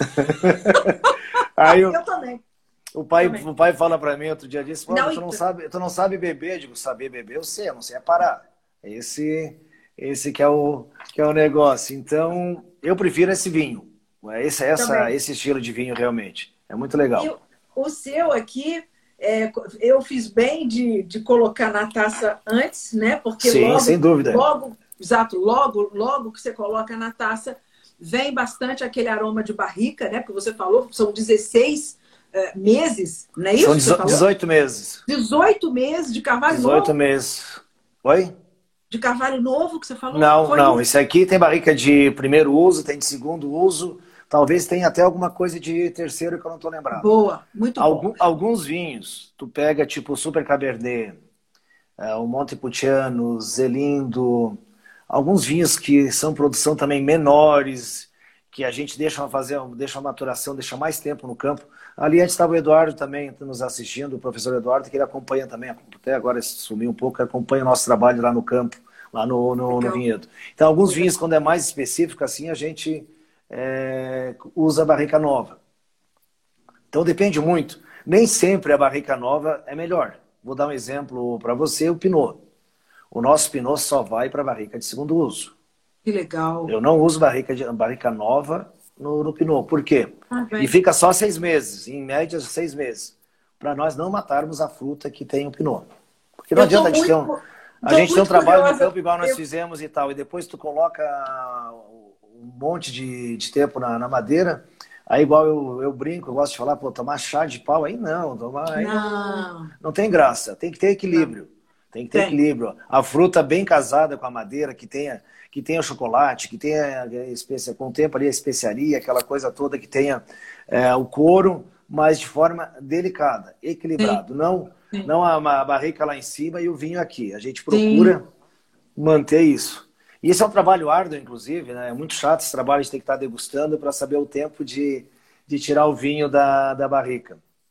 Aí eu também. O pai fala para mim outro dia, disse, tu não sabe beber. Eu digo, saber beber eu sei, eu não sei parar. Esse que é o negócio. Então, eu prefiro esse vinho. Esse estilo de vinho realmente. É muito legal. O seu aqui... eu fiz bem de colocar na taça antes, né? Porque sim, sem dúvida. Logo que você coloca na taça, vem bastante aquele aroma de barrica, né? Porque você falou, são 16 meses, não é isso? São 18 meses. 18 meses de carvalho 18 novo? meses. Oi? De carvalho novo que você falou? Não. Esse aqui tem barrica de primeiro uso, tem de segundo uso. Talvez tenha até alguma coisa de terceiro que eu não estou lembrando. Boa, muito bom. Alguns vinhos, tu pega tipo Super Cabernet, o Montepulciano, Zelindo, alguns vinhos que são produção também menores, que a gente deixa a maturação, deixa mais tempo no campo. Ali antes estava o Eduardo também nos assistindo, o professor Eduardo, que ele acompanha também, até agora sumiu um pouco, acompanha o nosso trabalho lá no campo, lá no vinhedo. Então alguns vinhos, quando é mais específico assim, a gente... usa barrica nova. Então depende muito. Nem sempre a barrica nova é melhor. Vou dar um exemplo para você, o Pinot. O nosso Pinot só vai para barrica de segundo uso. Que legal. Eu não uso barrica nova no Pinot. Por quê? E fica só 6 meses, em média 6 meses, para nós não matarmos a fruta que tem o Pinot. Porque não adianta a gente ter um trabalho no campo igual nós fizemos e tal, e depois tu coloca um monte de tempo na madeira, aí igual eu brinco, eu gosto de falar, tomar chá de pau, aí não, não tem graça, tem que ter equilíbrio. Tem que ter equilíbrio. A fruta bem casada com a madeira, que tenha o chocolate, que tenha com o tempo ali a especiaria, aquela coisa toda, que tenha o couro, mas de forma delicada, equilibrado. Não a barrica lá em cima e o vinho aqui. A gente procura manter isso. E esse é um trabalho árduo, inclusive, né? É muito chato esse trabalho, a gente tem que estar degustando para saber o tempo de tirar o vinho da barrica.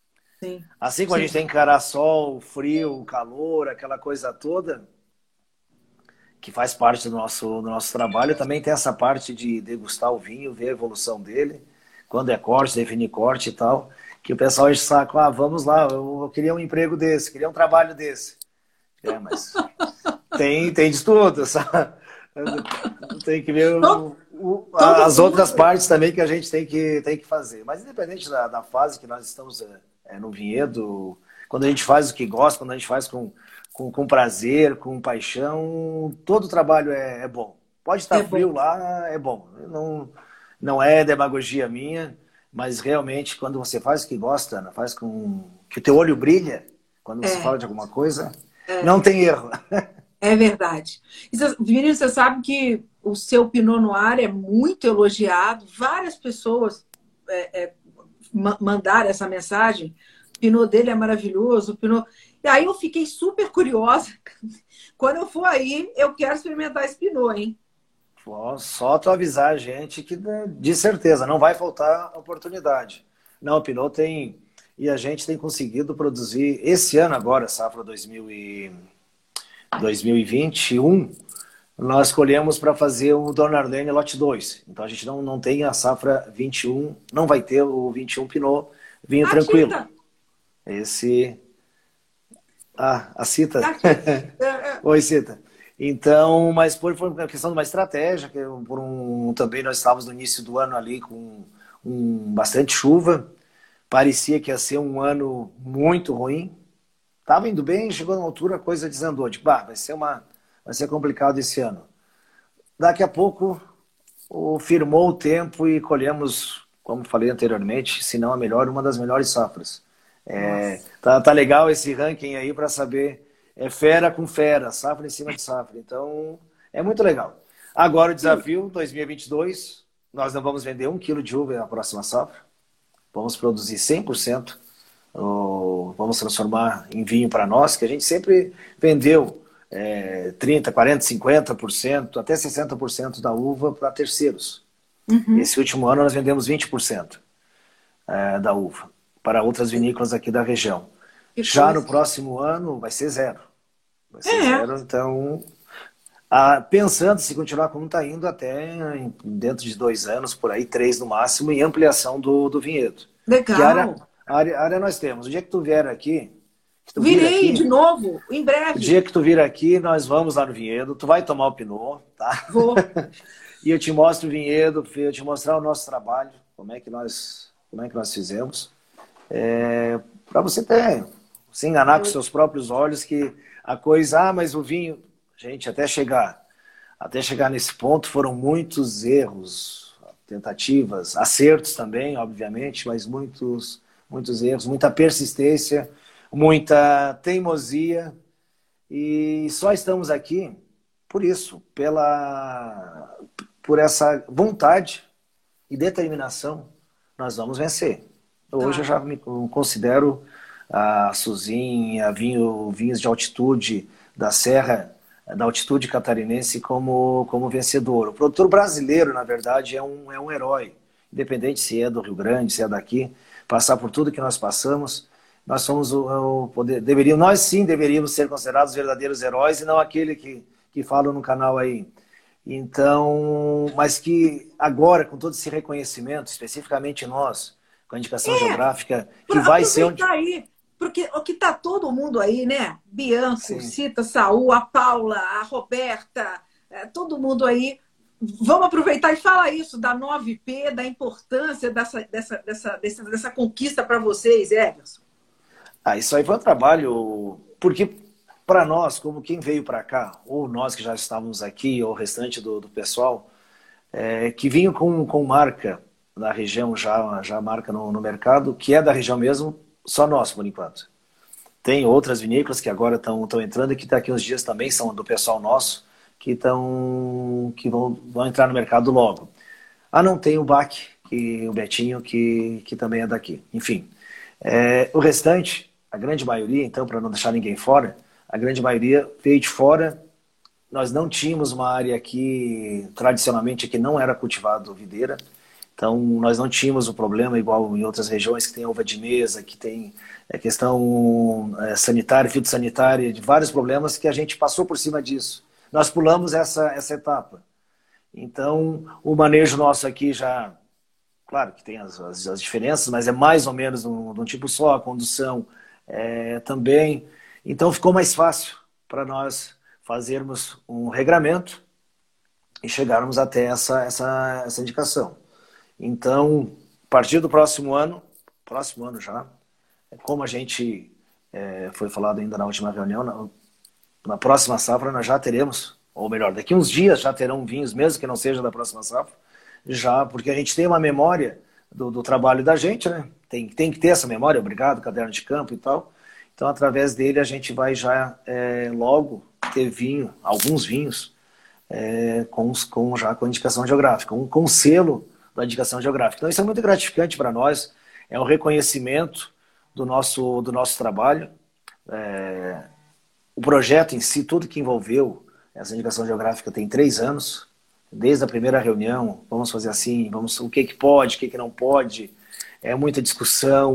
Sim, Assim como a sim. gente tem que encarar sol, frio, calor, aquela coisa toda, que faz parte do nosso trabalho, também tem essa parte de degustar o vinho, ver a evolução dele, quando é corte, definir corte e tal, que o pessoal enche o saco, vamos lá, eu queria um emprego desse, queria um trabalho desse. Mas tem de tudo, sabe? Tem que ver Todo, todo as outras mundo. partes também que a gente tem que fazer. Mas independente da fase que nós estamos no vinhedo, quando a gente faz o que gosta, quando a gente faz com prazer, com paixão, todo trabalho é bom. Pode estar É bom. frio lá, é bom. Não é demagogia minha, mas realmente quando você faz o que gosta, Ana, faz com que o teu olho brilha, quando você É, fala de alguma coisa, é, não tem erro. é verdade. Menino, você sabe que o seu Pinot Noir é muito elogiado. Várias pessoas mandaram essa mensagem. O Pinot dele é maravilhoso. O Pinot... E aí eu fiquei super curiosa. Quando eu for aí, eu quero experimentar esse Pinot, hein? Só tu avisar a gente que de certeza não vai faltar oportunidade. Não, o Pinot tem. E a gente tem conseguido produzir esse ano agora, safra 2021, nós escolhemos para fazer o Dona Arlene Lote 2. Então a gente não tem a safra 21, não vai ter o 21 Pinot vinho A tranquilo. Tita, Esse. A Cita. a Tita. Oi, Cita. Então, mas foi uma questão de uma estratégia, que também nós estávamos no início do ano ali com bastante chuva, parecia que ia ser um ano muito ruim, estava indo bem, chegou na altura, a coisa desandou, tipo, vai ser complicado esse ano. Daqui a pouco, firmou o tempo e colhemos, como falei anteriormente, se não a melhor, uma das melhores safras. Nossa. Tá legal esse ranking aí para saber. É fera com fera, safra em cima de safra. Então, é muito legal. Agora o desafio 2022, nós não vamos vender 1 quilo de uva na próxima safra. Vamos produzir 100%. Vamos transformar em vinho para nós, que a gente sempre vendeu 30, 40, 50%, até 60% da uva para terceiros. Uhum. Esse último ano nós vendemos 20% da uva para outras vinícolas aqui da região. Que Já coisa. no próximo ano vai ser zero. Vai ser É, zero, então pensando se continuar como está indo até dentro de 2 anos, por aí, 3 no máximo, em ampliação do vinhedo. Que legal. área nós temos. O dia que tu vier aqui, Virei de novo, em o breve. dia que tu vir aqui, nós vamos lá no vinhedo, tu vai tomar o Pinot, tá? Vou. E eu te mostro o vinhedo, eu te mostrar o nosso trabalho, como é que nós fizemos. Para você se enganar com seus próprios olhos que a coisa, mas o vinho, gente, até chegar nesse ponto foram muitos erros, tentativas, acertos também, obviamente, mas muitos erros, muita persistência, muita teimosia, e só estamos aqui por isso, por essa vontade e determinação, nós vamos vencer. Hoje eu Tá. já me considero a Suzin, vinhos de altitude da Serra, da altitude catarinense como vencedor. O produtor brasileiro, na verdade, é um herói, independente se é do Rio Grande, se é daqui, passar por tudo que nós passamos, nós somos nós sim deveríamos ser considerados verdadeiros heróis e não aquele que falam no canal aí. Então, mas que agora, com todo esse reconhecimento, especificamente nós, com a indicação geográfica, que vai ser onde... Aproveitar aí, porque o que está todo mundo aí, né? Bianco, Sim. Cita, Saul, a Paula, a Roberta, todo mundo aí. Vamos aproveitar e falar isso da 9P, da importância dessa conquista para vocês, Everson. Isso aí foi um trabalho, porque para nós, como quem veio para cá, ou nós que já estávamos aqui, ou o restante do pessoal, que vinham com marca na região, já marca no mercado, que é da região mesmo, só nós, por enquanto. Tem outras vinícolas que agora estão entrando e que daqui uns dias também são do pessoal nosso, que vão entrar no mercado logo. Não tem o Bach, o Betinho, que também é daqui. Enfim, o restante, a grande maioria, então, para não deixar ninguém fora, a grande maioria veio de fora. Nós não tínhamos uma área aqui, tradicionalmente, que não era cultivado videira. Então, nós não tínhamos o problema igual em outras regiões que tem uva de mesa, que tem questão sanitária, fitossanitária, de vários problemas que a gente passou por cima disso. Nós pulamos essa etapa. Então, o manejo nosso aqui já, claro que tem as diferenças, mas é mais ou menos de um tipo só, a condução também. Então, ficou mais fácil para nós fazermos um regramento e chegarmos até essa indicação. Então, a partir do próximo ano já, como a gente foi falado ainda na última reunião, na próxima safra nós já teremos, ou melhor, daqui uns dias já terão vinhos, mesmo que não seja da próxima safra, já, porque a gente tem uma memória do trabalho da gente, né? Tem que ter essa memória, obrigado, caderno de campo e tal. Então, através dele, a gente vai já logo ter vinho, alguns vinhos, já com indicação geográfica, com selo da indicação geográfica. Então, isso é muito gratificante para nós, é um reconhecimento do nosso trabalho. O projeto em si, tudo que envolveu essa indicação geográfica tem 3 anos, desde a primeira reunião, vamos fazer assim, o que pode, o que não pode, muita discussão,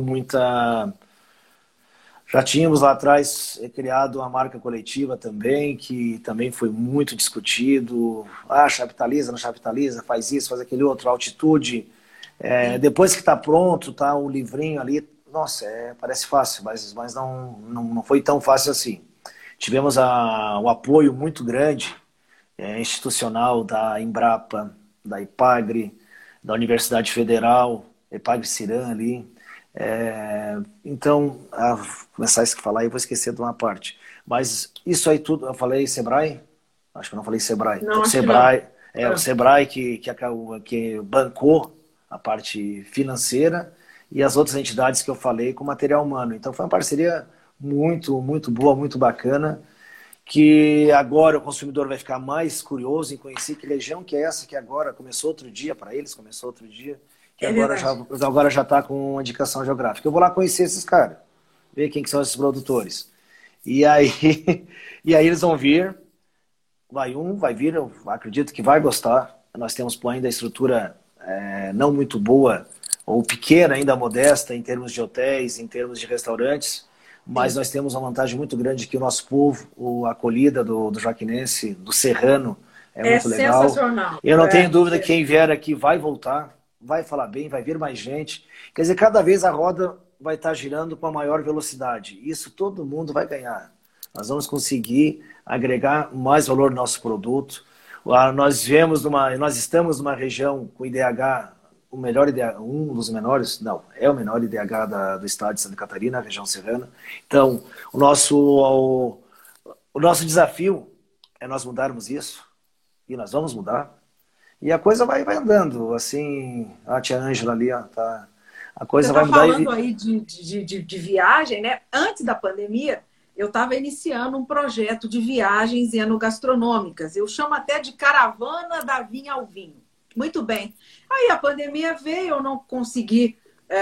Já tínhamos lá atrás criado uma marca coletiva também, que também foi muito discutido. Chapitaliza, não chapitaliza, faz isso, faz aquele outro, altitude. Depois que está pronto, tá o livrinho ali, nossa, parece fácil, mas não foi tão fácil assim. Tivemos o apoio muito grande institucional da Embrapa, da Ipagre, da Universidade Federal, Ipagre-Ciran ali. Então, começar a falar eu vou esquecer de uma parte. Mas isso aí tudo, eu falei Sebrae? Acho que eu não falei Sebrae. Não, Sebrae, o Sebrae que bancou a parte financeira e as outras entidades que eu falei com material humano. Então foi uma parceria muito, muito boa, muito bacana, que agora o consumidor vai ficar mais curioso em conhecer que região que é essa, que agora começou outro dia, para eles começou outro dia, que agora já está com uma indicação geográfica. Eu vou lá conhecer esses caras, ver quem que são esses produtores. E aí eles vão vir, vai vir, eu acredito que vai gostar. Nós temos ainda a estrutura não muito boa, ou pequena, ainda modesta, em termos de hotéis, em termos de restaurantes, mas nós temos uma vantagem muito grande que o nosso povo, a acolhida do jaquinense, do serrano, é muito legal. Sensacional. Eu não tenho dúvida que quem vier aqui vai voltar, vai falar bem, vai vir mais gente. Quer dizer, cada vez a roda vai estar girando com a maior velocidade. Isso todo mundo vai ganhar. Nós vamos conseguir agregar mais valor no nosso produto. Nós estamos numa região com IDH, o melhor IDH, um dos menores, não, é o menor IDH do estado de Santa Catarina, a região serrana. Então, o nosso desafio é nós mudarmos isso, e nós vamos mudar. E a coisa vai andando, assim, a tia Ângela ali, ó, tá, a coisa vai mudar. Você está falando aí de viagem, né? Antes da pandemia, eu estava iniciando um projeto de viagens enogastronômicas. Eu chamo até de caravana da vinha ao vinho. Muito bem. Aí a pandemia veio, eu não consegui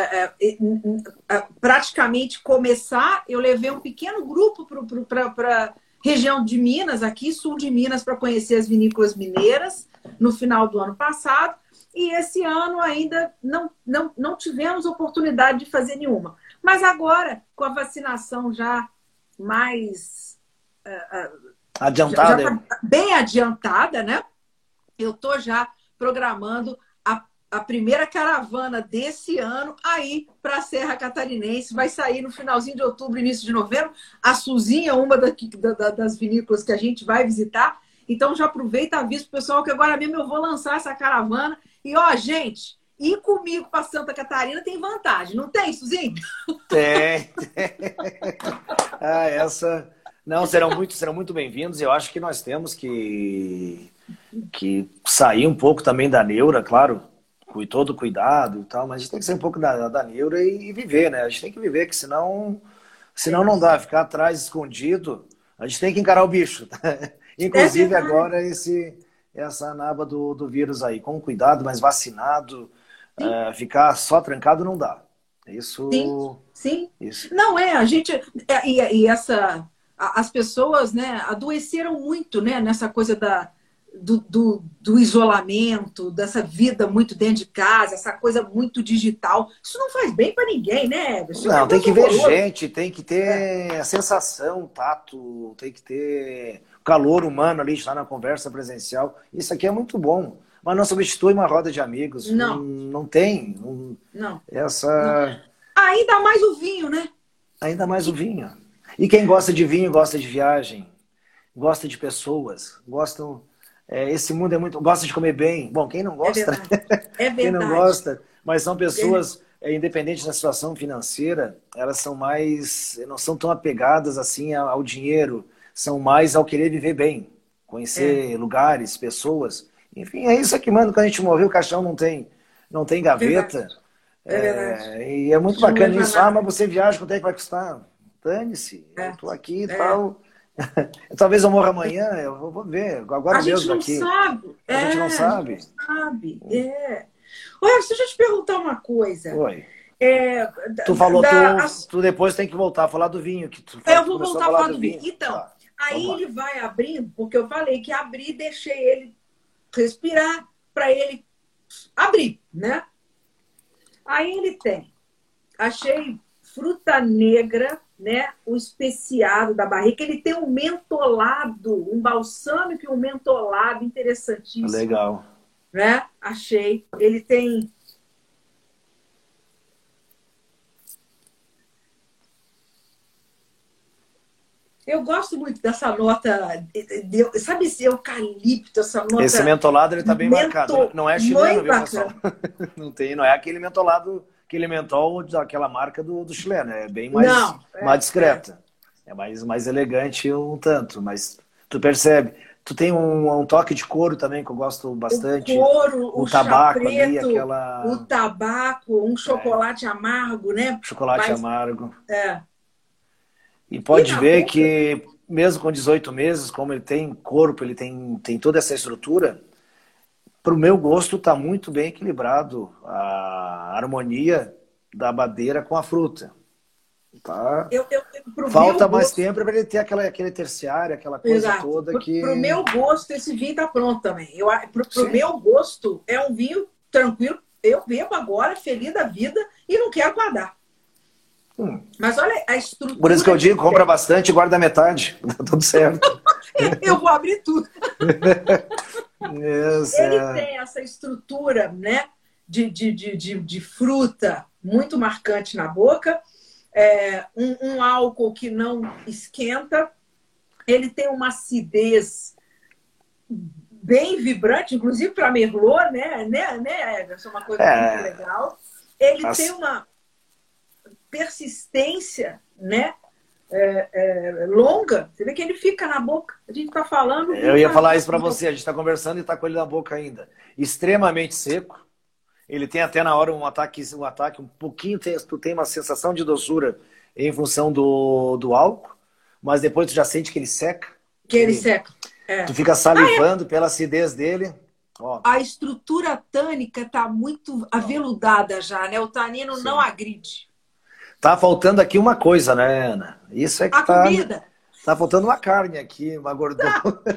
praticamente começar. Eu levei um pequeno grupo para a região de Minas, aqui, sul de Minas, para conhecer as vinícolas mineiras no final do ano passado. E esse ano ainda não tivemos oportunidade de fazer nenhuma. Mas agora, com a vacinação já mais adiantada, já tá bem adiantada, né? Eu estou já programando a primeira caravana desse ano aí para a Serra Catarinense. Vai sair no finalzinho de outubro, início de novembro. A Suzinha é uma das vinícolas que a gente vai visitar. Então já aproveita e avisa pro pessoal que agora mesmo eu vou lançar essa caravana. E ó, gente, ir comigo para Santa Catarina tem vantagem, não tem, Suzinha? Tem. Essa... Não, serão muito bem-vindos. Eu acho que nós temos que sair um pouco também da neura, claro, com todo cuidado e tal, mas a gente tem que sair um pouco da neura e viver, né? A gente tem que viver, que senão não dá. Ficar atrás, escondido, a gente tem que encarar o bicho. Inclusive agora essa naba do vírus aí, com cuidado, mas vacinado, ficar só trancado não dá. Isso. Sim. Isso. Não a gente as pessoas, né, adoeceram muito, né, nessa coisa do isolamento, dessa vida muito dentro de casa, essa coisa muito digital. Isso não faz bem para ninguém, né, Everson? Não, tem que ver gente, tem que ter a sensação, o tato, tem que ter o calor humano ali, estar na conversa presencial. Isso aqui é muito bom. Mas não substitui uma roda de amigos. Não. Não tem. Não. Essa... Não. Ainda mais o vinho, né? Ainda mais o vinho. E quem gosta de vinho, gosta de viagem, gosta de pessoas, gostam... esse mundo é muito... Gosta de comer bem. Bom, quem não gosta... É verdade. Quem não gosta... Mas são pessoas, independente da situação financeira, elas são mais... Não são tão apegadas assim ao dinheiro. São mais ao querer viver bem. Conhecer lugares, pessoas... Enfim, é isso que manda. Quando a gente morrer, o caixão não tem gaveta. E é muito bacana isso. Ah, mas você viaja, quanto é que vai custar? Dane-se, eu tô aqui e tal. Talvez eu morra amanhã, eu vou ver. Agora mesmo aqui. A gente não sabe. A gente não sabe. Olha, deixa eu te perguntar uma coisa. Oi. Tu falou, tu depois tem que voltar a falar do vinho. Eu vou voltar a falar do vinho. Então, aí ele vai abrindo, porque eu falei que abri, deixei ele respirar para ele abrir, né? Aí ele tem, achei fruta negra, né? O especiado da barrica, ele tem um mentolado, um balsâmico e um mentolado interessantíssimo. Legal. Né? Achei. Ele tem... Eu gosto muito dessa nota, sabe esse eucalipto, essa nota... Esse mentolado, ele tá bem marcado. Não é chileno, viu, pessoal? Não é aquele mentolado, aquele mentol daquela marca do chileno. É bem mais discreta. É mais elegante um tanto, mas tu percebe. Tu tem um toque de couro também, que eu gosto bastante. O couro, o tabaco preto, ali, aquela... o tabaco, um chocolate amargo, né? Chocolate amargo. E E pode na ver boca? que, mesmo com 18 meses, como ele tem corpo, ele tem toda essa estrutura, para o meu gosto está muito bem equilibrado a harmonia da madeira com a fruta. Tá? Falta mais tempo para ele ter aquele terciário, aquela coisa toda que... Para o meu gosto, esse vinho está pronto também. Para o meu gosto, é um vinho tranquilo. Eu bebo agora, feliz da vida, e não quero guardar. Mas olha a estrutura... Por isso que eu digo, compra bastante e guarda metade. Tá tudo certo. Eu vou abrir tudo. Ele tem essa estrutura, né, de fruta muito marcante na boca. Um álcool que não esquenta. Ele tem uma acidez bem vibrante, inclusive para Merlot, né, Everson? Uma coisa muito legal. Ele tem uma persistência, né, longa. Você vê que ele fica na boca. A gente está falando... Eu ia falar isso para você. A gente está conversando e está com ele na boca ainda. Extremamente seco. Ele tem até na hora um ataque um pouquinho... Tu tem uma sensação de doçura em função do álcool, mas depois tu já sente que ele seca. Ele seca. Tu fica salivando pela acidez dele. Ó. A estrutura tânica está muito aveludada já, né? O tanino não agride. Tá faltando aqui uma coisa, né, Ana? Isso é que comida. Tá faltando uma carne aqui, uma gordura.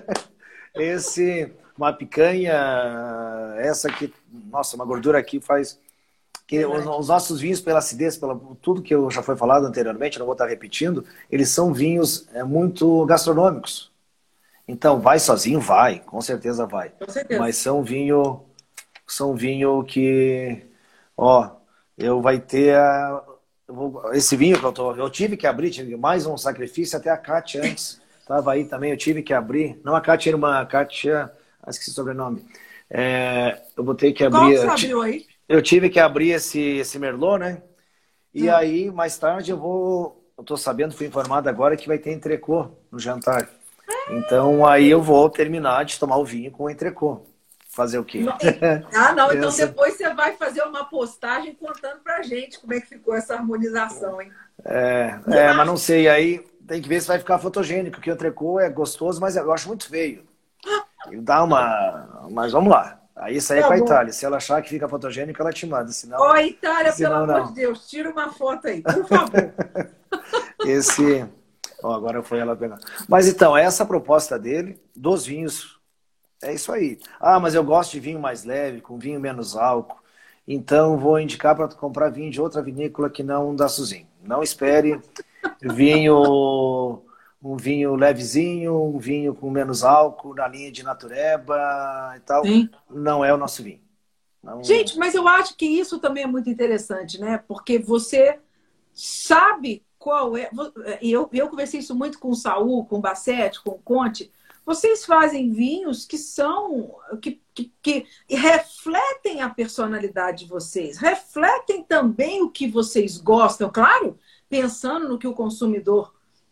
Uma picanha, essa aqui, nossa, uma gordura aqui faz... que os nossos vinhos, pela acidez, pelo tudo que já foi falado anteriormente, não vou estar repetindo, eles são vinhos muito gastronômicos. Então, vai sozinho? Vai, com certeza vai. Com certeza. Mas são vinho que, eu vai ter esse vinho que eu tive que abrir, tive mais um sacrifício, até a Kátia antes estava aí também, eu tive que abrir, não a Kátia, a Kátia, esqueci o sobrenome, eu vou ter que abrir... Qual você abriu aí? Eu tive que abrir esse Merlot, né? E aí, mais tarde, eu tô sabendo, fui informado agora que vai ter entrecô no jantar. Então, aí eu vou terminar de tomar o vinho com entrecô. Fazer o quê? Não, então depois você vai fazer uma postagem contando pra gente como é que ficou essa harmonização, hein? Mas não sei, aí tem que ver se vai ficar fotogênico, porque o entrecô é gostoso, mas eu acho muito feio. Dá mas vamos lá. Aí isso aí é com a Itália. Se ela achar que fica fotogênico, ela te manda. Senão, Itália, pelo amor de Deus, tira uma foto aí, por favor. Agora foi ela pegar. Mas então, essa proposta dele, dos vinhos É isso aí. Ah, mas eu gosto de vinho mais leve, com vinho menos álcool. Então vou indicar para comprar vinho de outra vinícola que não da Suzin. Não espere vinho, um vinho levezinho, um vinho com menos álcool, na linha de Natureba e tal. Sim. Não é o nosso vinho. Não... Gente, mas eu acho que isso também é muito interessante, né? Porque você sabe qual é. E eu conversei isso muito com o Saul, com o Bassetti, com o Conte. Vocês fazem vinhos que são que refletem a personalidade de vocês, refletem também o que vocês gostam, claro, pensando no que o consumidor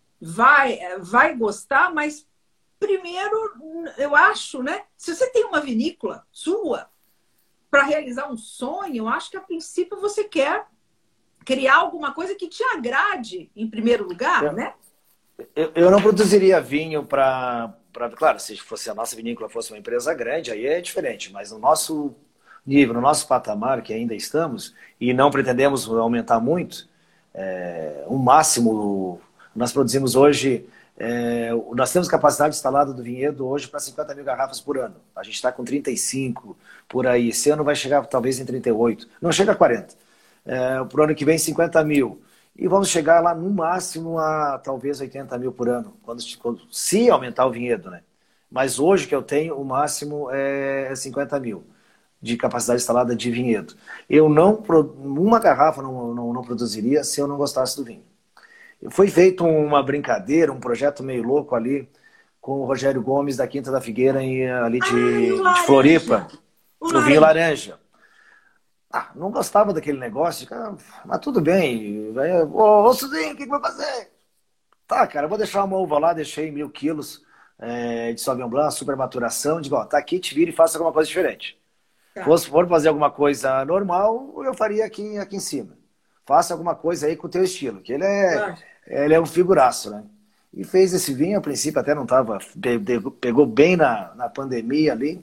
vai gostar, mas primeiro, eu acho, né? Se você tem uma vinícola sua para realizar um sonho, eu acho que a princípio você quer criar alguma coisa que te agrade em primeiro lugar, né? Eu não produziria vinho para... Claro, se fosse a nossa vinícola fosse uma empresa grande, aí é diferente. Mas no nosso nível, no nosso patamar, que ainda estamos, e não pretendemos aumentar muito, o máximo, nós produzimos hoje, nós temos capacidade instalada do vinhedo hoje para 50 mil garrafas por ano. A gente está com 35 por aí. Esse ano vai chegar talvez em 38. Não chega a 40. Por ano que vem, 50 mil. E vamos chegar lá no máximo a talvez 80 mil por ano, se aumentar o vinhedo, né? Mas hoje que eu tenho, o máximo é 50 mil de capacidade instalada de vinhedo. Eu não, uma garrafa não produziria se eu não gostasse do vinho. Foi feito uma brincadeira, um projeto meio louco ali com o Rogério Gomes da Quinta da Figueira, ali de Floripa, o vinho laranja. Não gostava daquele negócio, mas tudo bem. Ô, Suzinho, o que vai fazer? Tá, cara, eu vou deixar uma uva lá, deixei 1.000 quilos de Sauvignon Blanc, super maturação. Digo, ó, tá aqui, te vira e faça alguma coisa diferente. Tá. Se for fazer alguma coisa normal, eu faria aqui em cima. Faça alguma coisa aí com o teu estilo, que ele é um figuraço, né? E fez esse vinho, a princípio até não estava, pegou bem na pandemia ali.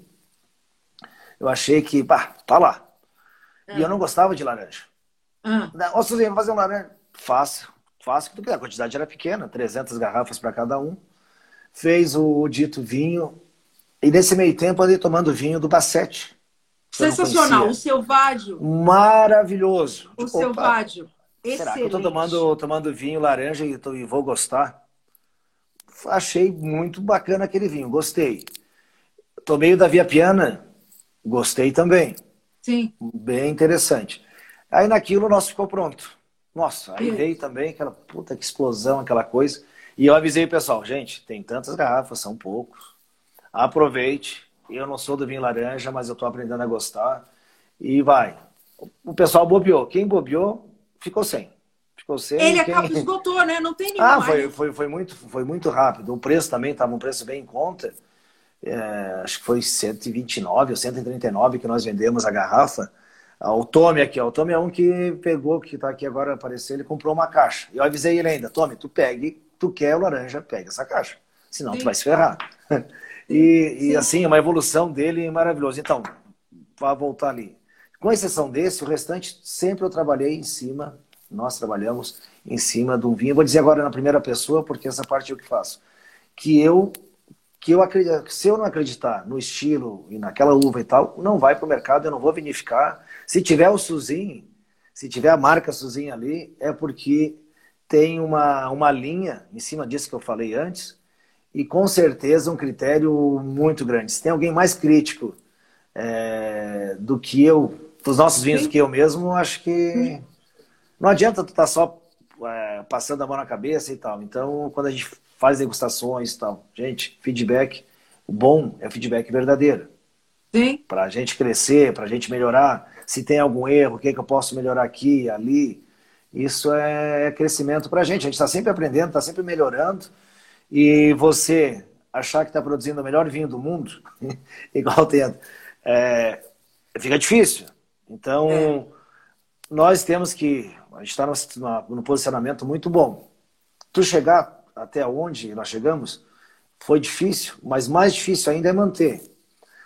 Eu achei que, tá lá. E eu não gostava de laranja. Ô, Suzinha, vou fazer um laranja. Faço, porque a quantidade era pequena, 300 garrafas para cada um. Fez o dito vinho, e nesse meio tempo andei tomando vinho do Bassetti. Sensacional, o Selvaggio. Maravilhoso. O Selvaggio, excelente. Será que eu estou tomando vinho laranja e vou gostar? Achei muito bacana aquele vinho, gostei. Tomei o da Via Piana, gostei também. Sim. Bem interessante. Aí naquilo o nosso ficou pronto. Nossa, aí veio também aquela puta que explosão, aquela coisa. E eu avisei o pessoal, gente, tem tantas garrafas, são poucos. Aproveite. Eu não sou do vinho laranja, mas eu tô aprendendo a gostar. E vai. O pessoal bobeou. Quem bobeou, ficou sem. Ele acaba esgotou, né? Não tem nenhum mais. Foi muito rápido. O preço também estava um preço bem em conta. Acho que foi 129 ou 139 que nós vendemos a garrafa. O Tommy aqui, o Tommy é um que pegou, que está aqui agora apareceu, ele comprou uma caixa. E eu avisei ele ainda, Tommy, tu quer o laranja, pega essa caixa. Senão tu vai se ferrar. E assim, uma evolução dele maravilhosa. Então, para voltar ali. Com exceção desse, o restante sempre eu trabalhei em cima, nós trabalhamos em cima de um vinho. Eu vou dizer agora na primeira pessoa, porque essa parte é o que faço. Que eu acredito, se eu não acreditar no estilo e naquela uva e tal, não vai para o mercado, eu não vou vinificar. Se tiver o Suzin, se tiver a marca Suzin ali, é porque tem uma linha em cima disso que eu falei antes, e com certeza um critério muito grande. Se tem alguém mais crítico do que eu, dos nossos vinhos do que eu mesmo, acho que não adianta tu estar só passando a mão na cabeça e tal. Então, quando a gente faz degustações e tal, gente, feedback, o bom é feedback verdadeiro. Sim. Para a gente crescer, para a gente melhorar. Se tem algum erro, o que eu posso melhorar aqui, ali. Isso é crescimento para a gente. A gente está sempre aprendendo, está sempre melhorando. E você achar que está produzindo o melhor vinho do mundo, igual tendo, fica difícil. Então, nós temos que... A gente está no posicionamento muito bom. Tu chegar até onde nós chegamos foi difícil, mas mais difícil ainda é manter. Sim.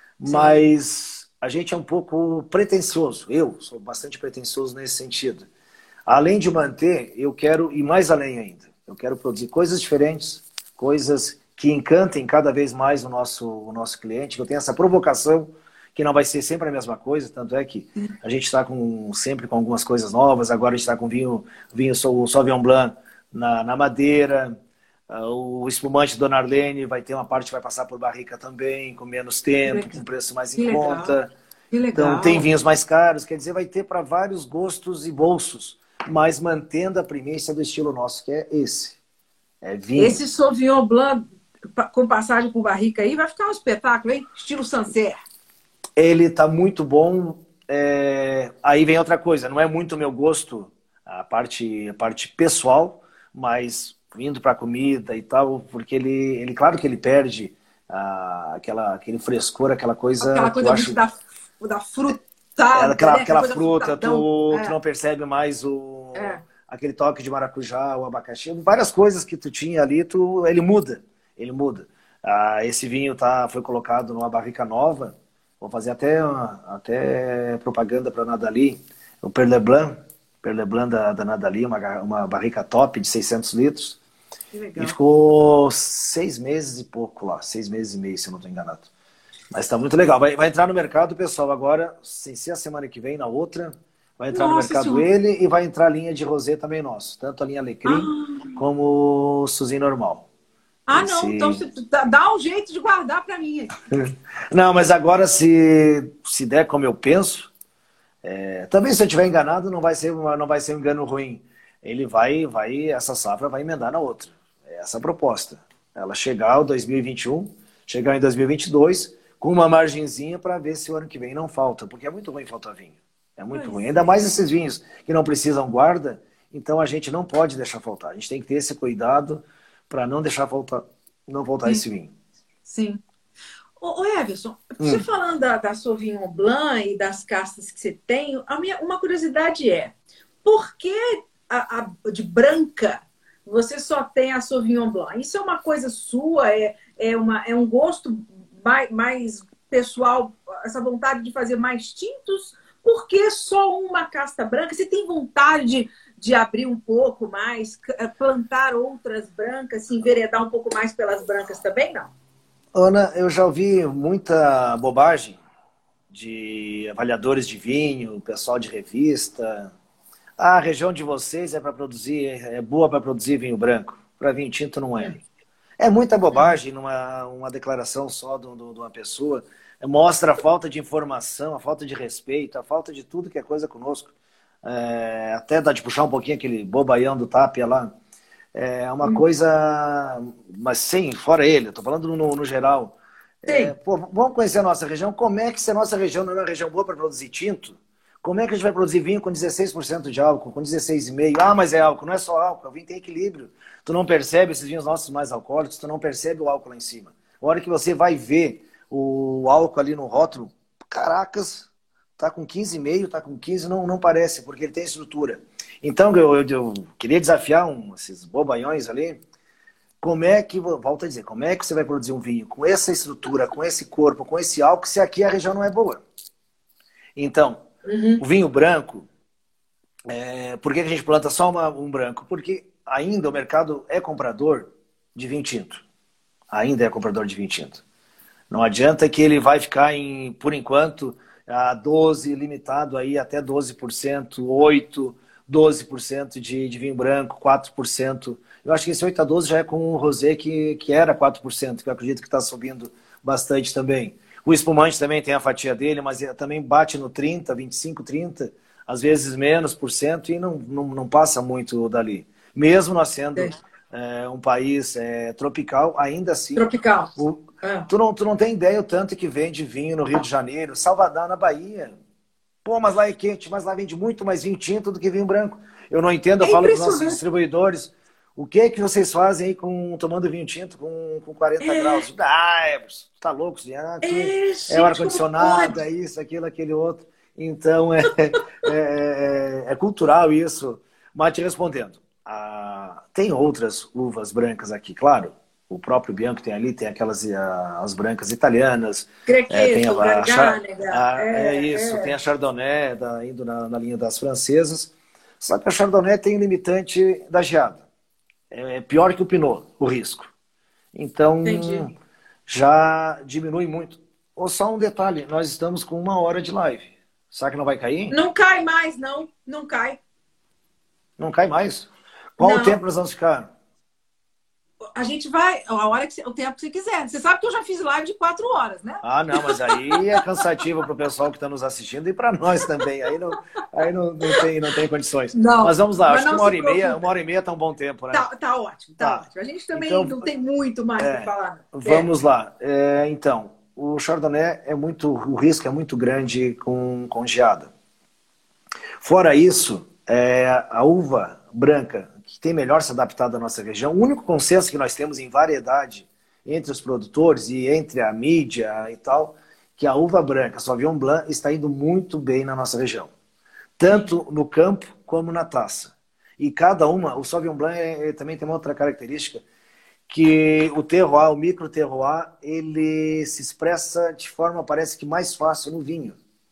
Mas a gente é um pouco pretensioso. Eu sou bastante pretensioso nesse sentido. Além de manter, eu quero ir mais além ainda. Eu quero produzir coisas diferentes, coisas que encantem cada vez mais o nosso cliente, que eu tenha essa provocação, que não vai ser sempre a mesma coisa, tanto é que a gente está sempre com algumas coisas novas, agora a gente está com o Sauvignon Blanc na madeira, o espumante Dona Arlene vai ter uma parte que vai passar por barrica também, com menos tempo, com preço mais em conta. Que legal. Então tem vinhos mais caros, quer dizer, vai ter para vários gostos e bolsos, mas mantendo a premissa do estilo nosso, que é esse. É vinho. Esse Sauvignon Blanc com passagem por barrica aí vai ficar um espetáculo, hein? Estilo Sancerre. Ele está muito bom. Aí vem outra coisa, não é muito o meu gosto, a parte pessoal, mas vindo para a comida e tal, porque ele claro que ele perde aquele frescor, aquela coisa que eu acho da frutada, aquela fruta, tu não percebe mais aquele toque de maracujá, o abacaxi, várias coisas que tu tinha ali, ele muda. Esse vinho foi colocado numa barrica nova. Vou fazer até propaganda para a Nadali, o Perle Blanc da Nadali, uma barrica top de 600 litros. Que legal. E ficou 6 meses e pouco lá, 6 meses e meio, se eu não estou enganado. Mas está muito legal. Vai entrar no mercado, pessoal, agora, sem ser a semana que vem, na outra, vai entrar no mercado ele e vai entrar a linha de rosé também nosso, tanto a linha Alecrim como o Suzin normal. Não, então dá um jeito de guardar para mim. Não, mas agora se der como eu penso, também se eu estiver enganado, não vai ser um engano ruim. Ele essa safra vai emendar na outra. É essa a proposta. Ela chegar em 2021, chegar em 2022, com uma margenzinha para ver se o ano que vem não falta, porque é muito ruim faltar vinho. É muito ruim. Ainda mais esses vinhos que não precisam guarda, então a gente não pode deixar faltar. A gente tem que ter esse cuidado para não deixar faltar esse vinho. Sim. Ô Everson, você falando da Sauvignon Blanc e das castas que você tem, uma curiosidade por que de branca você só tem a Sauvignon Blanc? Isso é uma coisa sua? É um gosto mais pessoal, essa vontade de fazer mais tintos? Por que só uma casta branca? Você tem vontade de abrir um pouco mais, plantar outras brancas, se enveredar um pouco mais pelas brancas também, não? Ana, eu já ouvi muita bobagem de avaliadores de vinho, pessoal de revista. A região de vocês é boa para produzir vinho branco. Para vinho tinto não é. É muita bobagem uma declaração só de uma pessoa. Mostra a falta de informação, a falta de respeito, a falta de tudo que é coisa conosco. Até dá de puxar um pouquinho aquele bobaião do Tapia lá. É uma coisa... Mas sim, fora ele, eu tô falando no geral. Vamos conhecer a nossa região. Como é que se a nossa região não é uma região boa para produzir tinto, como é que a gente vai produzir vinho com 16% de álcool, com 16,5%? Mas é álcool, não é só álcool, o vinho tem equilíbrio. Tu não percebe esses vinhos nossos mais alcoólicos, tu não percebe o álcool lá em cima. A hora que você vai ver o álcool ali no rótulo, caracas, tá com 15,5, tá com 15, não parece, porque ele tem estrutura. Então, eu queria desafiar esses bobaiões ali. Volto a dizer, como é que você vai produzir um vinho com essa estrutura, com esse corpo, com esse álcool, se aqui a região não é boa? Então, o vinho branco, por que a gente planta só um branco? Porque ainda o mercado é comprador de vinho tinto. Ainda é comprador de vinho tinto. Não adianta que ele vai ficar, por enquanto, a 12%, limitado aí até 12%, 8%, 12% de vinho branco, 4%. Eu acho que esse 8 a 12 já é com o rosé que era 4%, que eu acredito que está subindo bastante também. O espumante também tem a fatia dele, mas também bate no 30%, 25%, 30%, às vezes menos por cento, e não passa muito dali. Mesmo nós sendo um país tropical, ainda assim... Tropical. Tu não tem ideia o tanto que vende vinho no Rio de Janeiro, Salvador, na Bahia. Pô, mas lá é quente, mas lá vende muito mais vinho tinto do que vinho branco. Eu não entendo, eu falo para os nossos distribuidores, o que é que vocês fazem aí tomando vinho tinto com 40 graus? Tá louco, é o ar-condicionado, é isso, aquilo, aquele outro. Então, é cultural isso. Mas te respondendo, tem outras uvas brancas aqui, claro. O próprio Bianco tem ali, tem as brancas italianas. Grequeto, tem a Chardonnay, indo na linha das francesas. Só que a Chardonnay tem o limitante da geada. É pior que o Pinot, o risco. Então, Entendi. já diminui muito. Ou só um detalhe, nós estamos com 1 hora de live. Será que não vai cair? Não cai mais, não. Não cai. Não cai mais. Qual o Não. tempo nós vamos ficar? A gente vai, a hora que o tempo que você quiser. Você sabe que eu já fiz live de 4 horas, né? Ah, não, mas aí é cansativo para o pessoal que está nos assistindo e para nós também. Aí não tem condições. Não, Mas vamos lá, mas acho que não uma se hora e meia, preocupe. 1 hora e meia está um bom tempo, né? Tá ótimo, tá Tá. ótimo. A gente também Então, não tem muito mais para falar. vamos lá. Então, o Chardonnay o risco é muito grande com geada. Fora isso, a uva branca, que tem melhor se adaptado à nossa região, o único consenso que nós temos em variedade entre os produtores e entre a mídia e tal, que a uva branca, Sauvignon Blanc, está indo muito bem na nossa região. Tanto no campo como na taça. E cada uma, o Sauvignon Blanc também tem uma outra característica, que o terroir, o micro terroir, ele se expressa de forma, parece que mais fácil no vinho.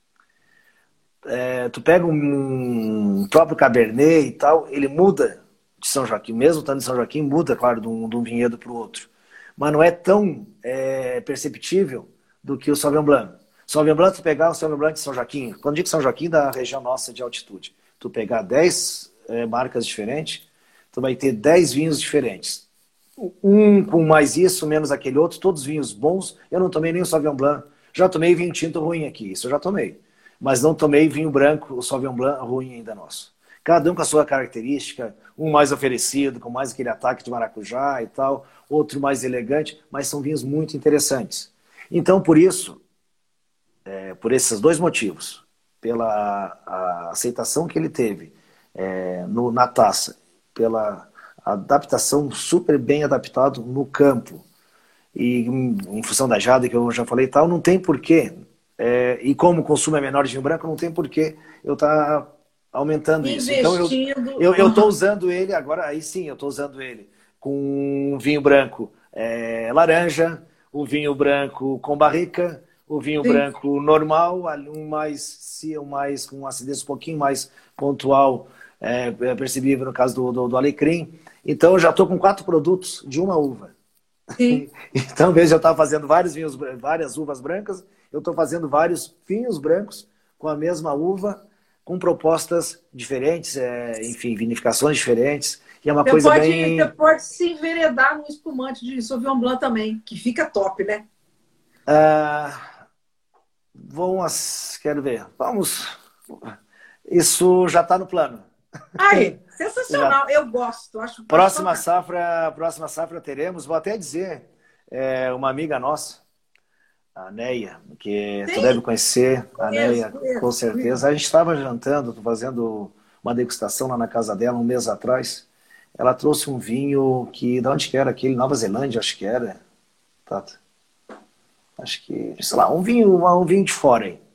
Tu pega um próprio Cabernet e tal, ele muda de São Joaquim, mesmo estando em São Joaquim, muda, claro, de um vinhedo para o outro. Mas não é tão perceptível do que o Sauvignon Blanc. Sauvignon Blanc, tu pegar o Sauvignon Blanc de São Joaquim, quando digo São Joaquim, da região nossa de altitude, tu pegar 10 marcas diferentes, tu vai ter 10 vinhos diferentes. Um com mais isso, menos aquele outro, todos vinhos bons. Eu não tomei nem o Sauvignon Blanc. Já tomei vinho tinto ruim aqui, isso eu já tomei. Mas não tomei vinho branco, o Sauvignon Blanc ruim ainda nosso. Cada um com a sua característica, um mais oferecido, com mais aquele ataque de maracujá e tal, outro mais elegante, mas são vinhos muito interessantes. Então, por isso, por esses dois motivos, pela a aceitação que ele teve na taça, pela adaptação super bem adaptado no campo, e em função da jada que eu já falei e tal, não tem porquê, e como o consumo é menor de vinho branco, não tem porquê eu estar aumentando isso. Então eu estou usando ele agora, aí sim, eu estou usando ele com vinho branco laranja, o vinho branco com barrica, o vinho Sim. branco normal, um mais com acidez um pouquinho mais pontual, percebível no caso do alecrim. Então eu já estou com 4 produtos de uma uva. Sim. Então, veja, eu estava fazendo várias uvas brancas, eu estou fazendo vários vinhos brancos com a mesma uva, com propostas diferentes, enfim, vinificações diferentes. E é uma coisa bem... Você pode se enveredar num espumante de Sauvignon Blanc também, que fica top, né? Quero ver. Vamos. Isso já está no plano. Aí, sensacional. Eu gosto. Próxima safra teremos, vou até dizer, uma amiga nossa, a Neia, que tu deve conhecer, a Neia, com certeza. A gente estava jantando, fazendo uma degustação lá na casa dela um mês atrás. Ela trouxe um vinho que, de onde que era aquele? Nova Zelândia, acho que era. Tata. Acho que, sei lá, um vinho de fora aí.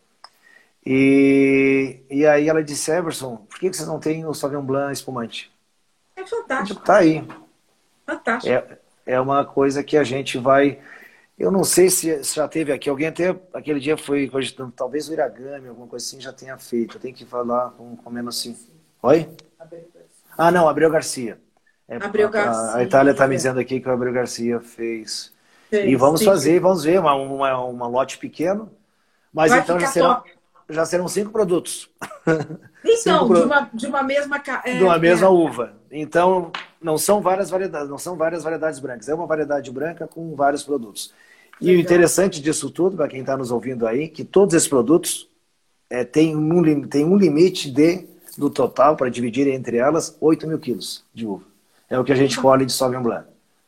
E aí ela disse, Everson, por que vocês não têm o Sauvignon Blanc espumante? É fantástico. Tá aí. Fantástico. É uma coisa que a gente vai... Eu não sei se já teve aqui. Alguém até aquele dia foi cogitando, talvez o Iragami, alguma coisa assim, já tenha feito. Eu tenho que falar com menos assim. Oi? Ah, não, Abreu Garcia. Abreu Garcia. A Itália está me dizendo aqui que o Abreu Garcia fez. E vamos ver uma lote pequeno. Mas vai então já serão 5 produtos. Então, de uma mesma... de uma mesma uva. Então, não são várias variedades brancas. É uma variedade branca com vários produtos. E o interessante disso tudo, para quem está nos ouvindo aí, que todos esses produtos têm um limite do total, para dividir entre elas, 8.000 quilos de uva. É o que a gente colhe de Sauvignon Blanc.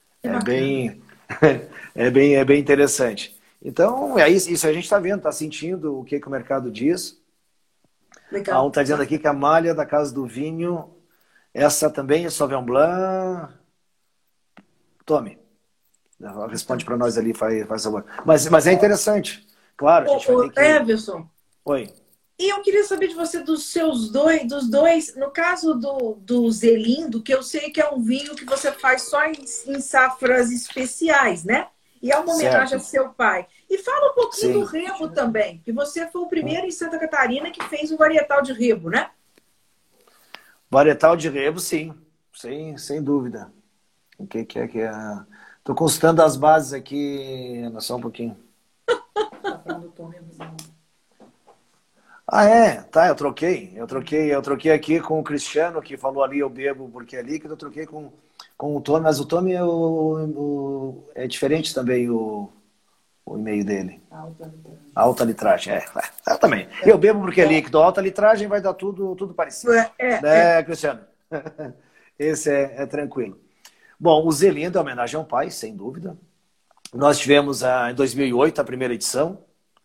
É bem interessante. Então, isso a gente está vendo, está sentindo o que o mercado diz. Legal. Está dizendo aqui que a malha da Casa do Vinho, essa também é Sauvignon Blanc. Tome. Responde para nós ali, faz favor. Mas é interessante. Claro, a gente vai ter que... Everson. Oi. E eu queria saber de você dos dois, no caso do Zelindo, que eu sei que é um vinho que você faz só em safras especiais, né? E é uma homenagem a seu pai. E fala um pouquinho do rebo também, que você foi o primeiro em Santa Catarina que fez o varietal de rebo, né? Varietal de rebo, sim. Sem dúvida. O que é Tô consultando as bases aqui, Ana, só um pouquinho. Tá falando do Tom Rebusão. Ah, é? Tá, eu troquei aqui com o Cristiano, que falou ali, eu bebo porque é líquido, eu troquei com o Tommy, mas o Tommy é diferente também o e-mail dele. Alta litragem, eu também. Eu bebo porque é líquido, alta litragem vai dar tudo parecido. Né, Cristiano? Esse é tranquilo. Bom, o Zelindo é homenagem ao pai, sem dúvida. Nós tivemos em 2008 a primeira edição,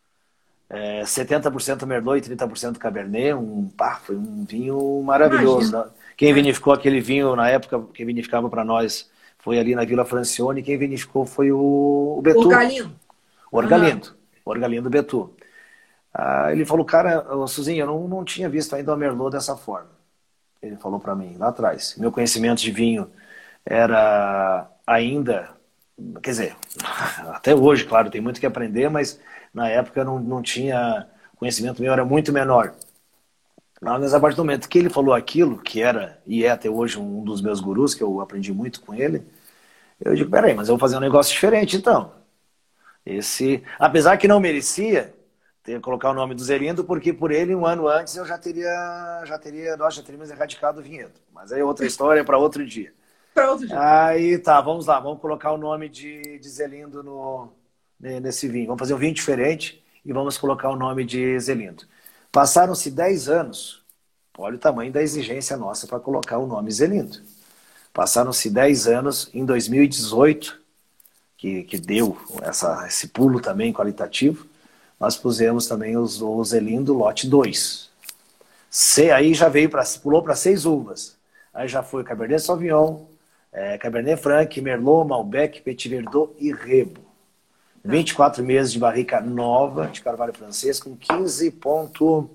70% Merlot e 30% Cabernet, foi um vinho maravilhoso. Né? Quem vinificou aquele vinho na época, quem vinificava para nós foi ali na Vila Francione, quem vinificou foi o Betu. Orgalindo. Orgalindo Betu. Ele falou, cara, Suzinho, eu não tinha visto ainda o Merlot dessa forma. Ele falou para mim lá atrás. Meu conhecimento de vinho era ainda, quer dizer, até hoje, claro, tem muito que aprender, mas na época não tinha, o conhecimento meu era muito menor. Mas a partir do momento que ele falou aquilo, que era e é até hoje um dos meus gurus, que eu aprendi muito com ele, eu digo, peraí, mas eu vou fazer um negócio diferente então. Apesar que não merecia ter que colocar o nome do Zelindo, porque por ele, um ano antes, eu nós já teríamos erradicado o vinhedo. Mas aí é outra história para outro dia. Aí tá, vamos lá, vamos colocar o nome de Zelindo nesse vinho. Vamos fazer um vinho diferente e vamos colocar o nome de Zelindo. Passaram-se 10 anos, olha o tamanho da exigência nossa para colocar o nome Zelindo. Passaram-se 10 anos, em 2018, que deu esse pulo também qualitativo, nós pusemos também o Zelindo lote 2. Aí já pulou para 6 uvas. Aí já foi Cabernet Sauvignon, Cabernet Franc, Merlot, Malbec, Petit Verdot e Rebo. 24 meses de barrica nova de carvalho francês com 15.2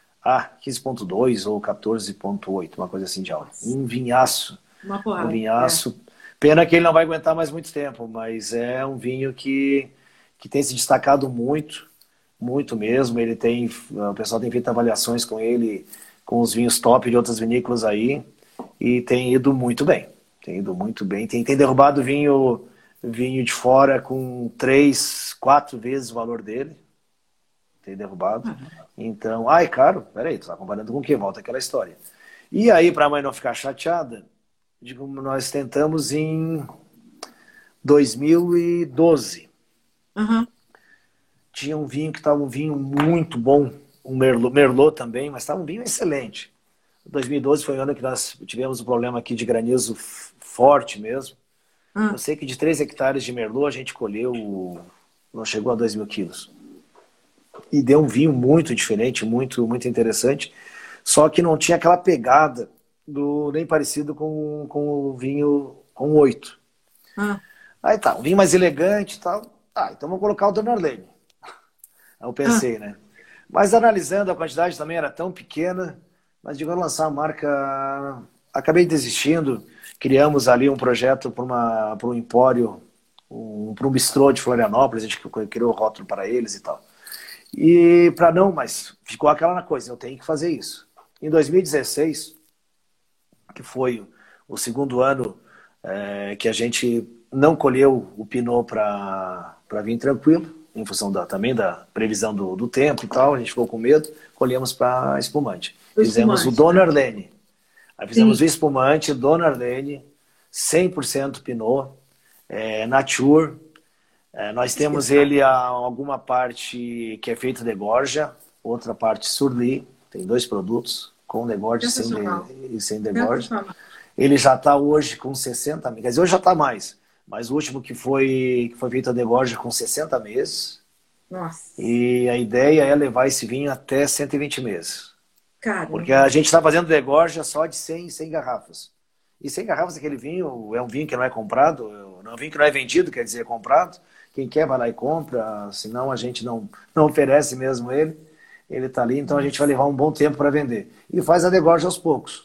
ou 14.8, uma coisa assim de alto. Um vinhaço. Um vinhaço. Pena que ele não vai aguentar mais muito tempo, mas é um vinho que tem se destacado muito, muito mesmo. O pessoal tem feito avaliações com ele, com os vinhos top de outras vinícolas aí, e tem ido muito bem. Tem derrubado vinho de fora com 3, 4 vezes o valor dele. Tem derrubado. Então, caro, peraí, tu tá comparando com o quê? Volta aquela história. E aí, para a mãe não ficar chateada, nós tentamos em 2012. Tinha um vinho que estava um vinho muito bom, um Merlot também, mas estava um vinho excelente. 2012 foi o ano que nós tivemos um problema aqui de granizo forte mesmo. Eu sei que de 3 hectares de Merlot a gente colheu, não chegou a 2.000 quilos. E deu um vinho muito diferente, muito, muito interessante, só que não tinha aquela pegada nem parecido com o vinho com 8. Aí tá, um vinho mais elegante e tal. Então vamos colocar o Dona Arlene. Aí eu pensei, né? Mas analisando, a quantidade também era tão pequena, mas digo, lançar a marca, acabei desistindo. Criamos ali um projeto para um empório, para um bistrô de Florianópolis, a gente criou o rótulo para eles e tal. E mas ficou aquela coisa, eu tenho que fazer isso. Em 2016, que foi o segundo ano que a gente não colheu o Pinot para vir tranquilo, em função também da previsão do tempo e tal, a gente ficou com medo, colhemos para espumante. Fizemos o Dona Arlene. Aí fizemos o espumante, Dona Arlene, 100% Pinot, Nature. Nós temos ele alguma parte que é feita de gorja, outra parte surli, tem 2 produtos, com degorja e sem degorja. Ele já está hoje com 60 meses, quer dizer, hoje já está mais, mas o último que foi feito a degorja com 60 meses. Nossa. E a ideia é levar esse vinho até 120 meses. Caramba. Porque a gente está fazendo degorja só de 100 garrafas. E 100 garrafas daquele vinho é um vinho que não é comprado, é um vinho que não é vendido, quer dizer, é comprado. Quem quer vai lá e compra, senão a gente não oferece mesmo ele. Ele está ali, então a gente vai levar um bom tempo para vender. E faz a degorja aos poucos.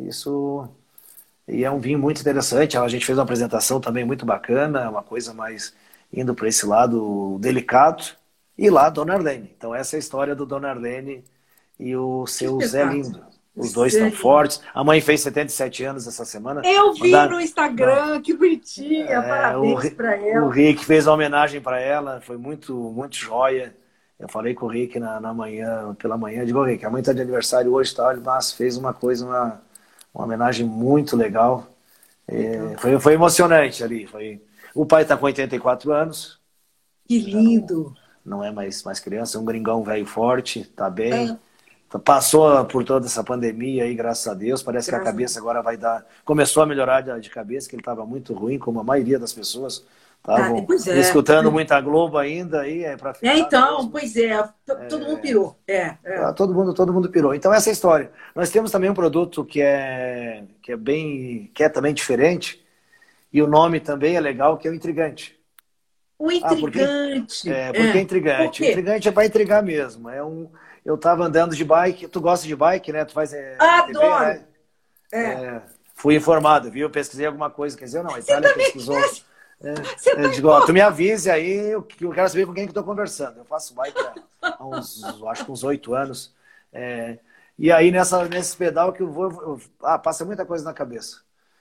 E é um vinho muito interessante. A gente fez uma apresentação também muito bacana, uma coisa mais indo para esse lado delicado. E lá, Dona Arlene. Então essa é a história do Dona Arlene e o seu Zé Lindo. Os dois estão fortes. A mãe fez 77 anos essa semana. Eu vi no Instagram, que bonitinha. Parabéns para ela. O Rick fez uma homenagem para ela, foi muito, muito joia. Eu falei com o Rick pela manhã, digo, Rick, a mãe está de aniversário hoje, tá? Ele fez uma coisa, uma homenagem muito legal. Foi emocionante ali. O pai está com 84 anos. Que lindo! Não é mais criança, é um gringão velho forte, está bem. Passou por toda essa pandemia aí, graças a Deus. Parece que a cabeça agora vai dar... Começou a melhorar de cabeça, que ele estava muito ruim, como a maioria das pessoas estavam escutando muita Globo ainda. Aí para ficar então, mesmo. Todo mundo pirou. Todo mundo pirou. Então, essa é a história. Nós temos também um produto que é também diferente, e o nome também é legal, que é o Intrigante. O Intrigante. Porque é intrigante. O Intrigante é para intrigar mesmo. Eu estava andando de bike. Tu gosta de bike, né? Tu faz Adoro! TV, né? Fui informado, viu? Eu pesquisei alguma coisa. Quer dizer, não, a Itália pesquisou. Eu digo, tu me avise aí, eu quero saber com quem que estou conversando. Eu faço bike há uns 8 anos. E aí, nesse pedal que eu vou... passa muita coisa na cabeça.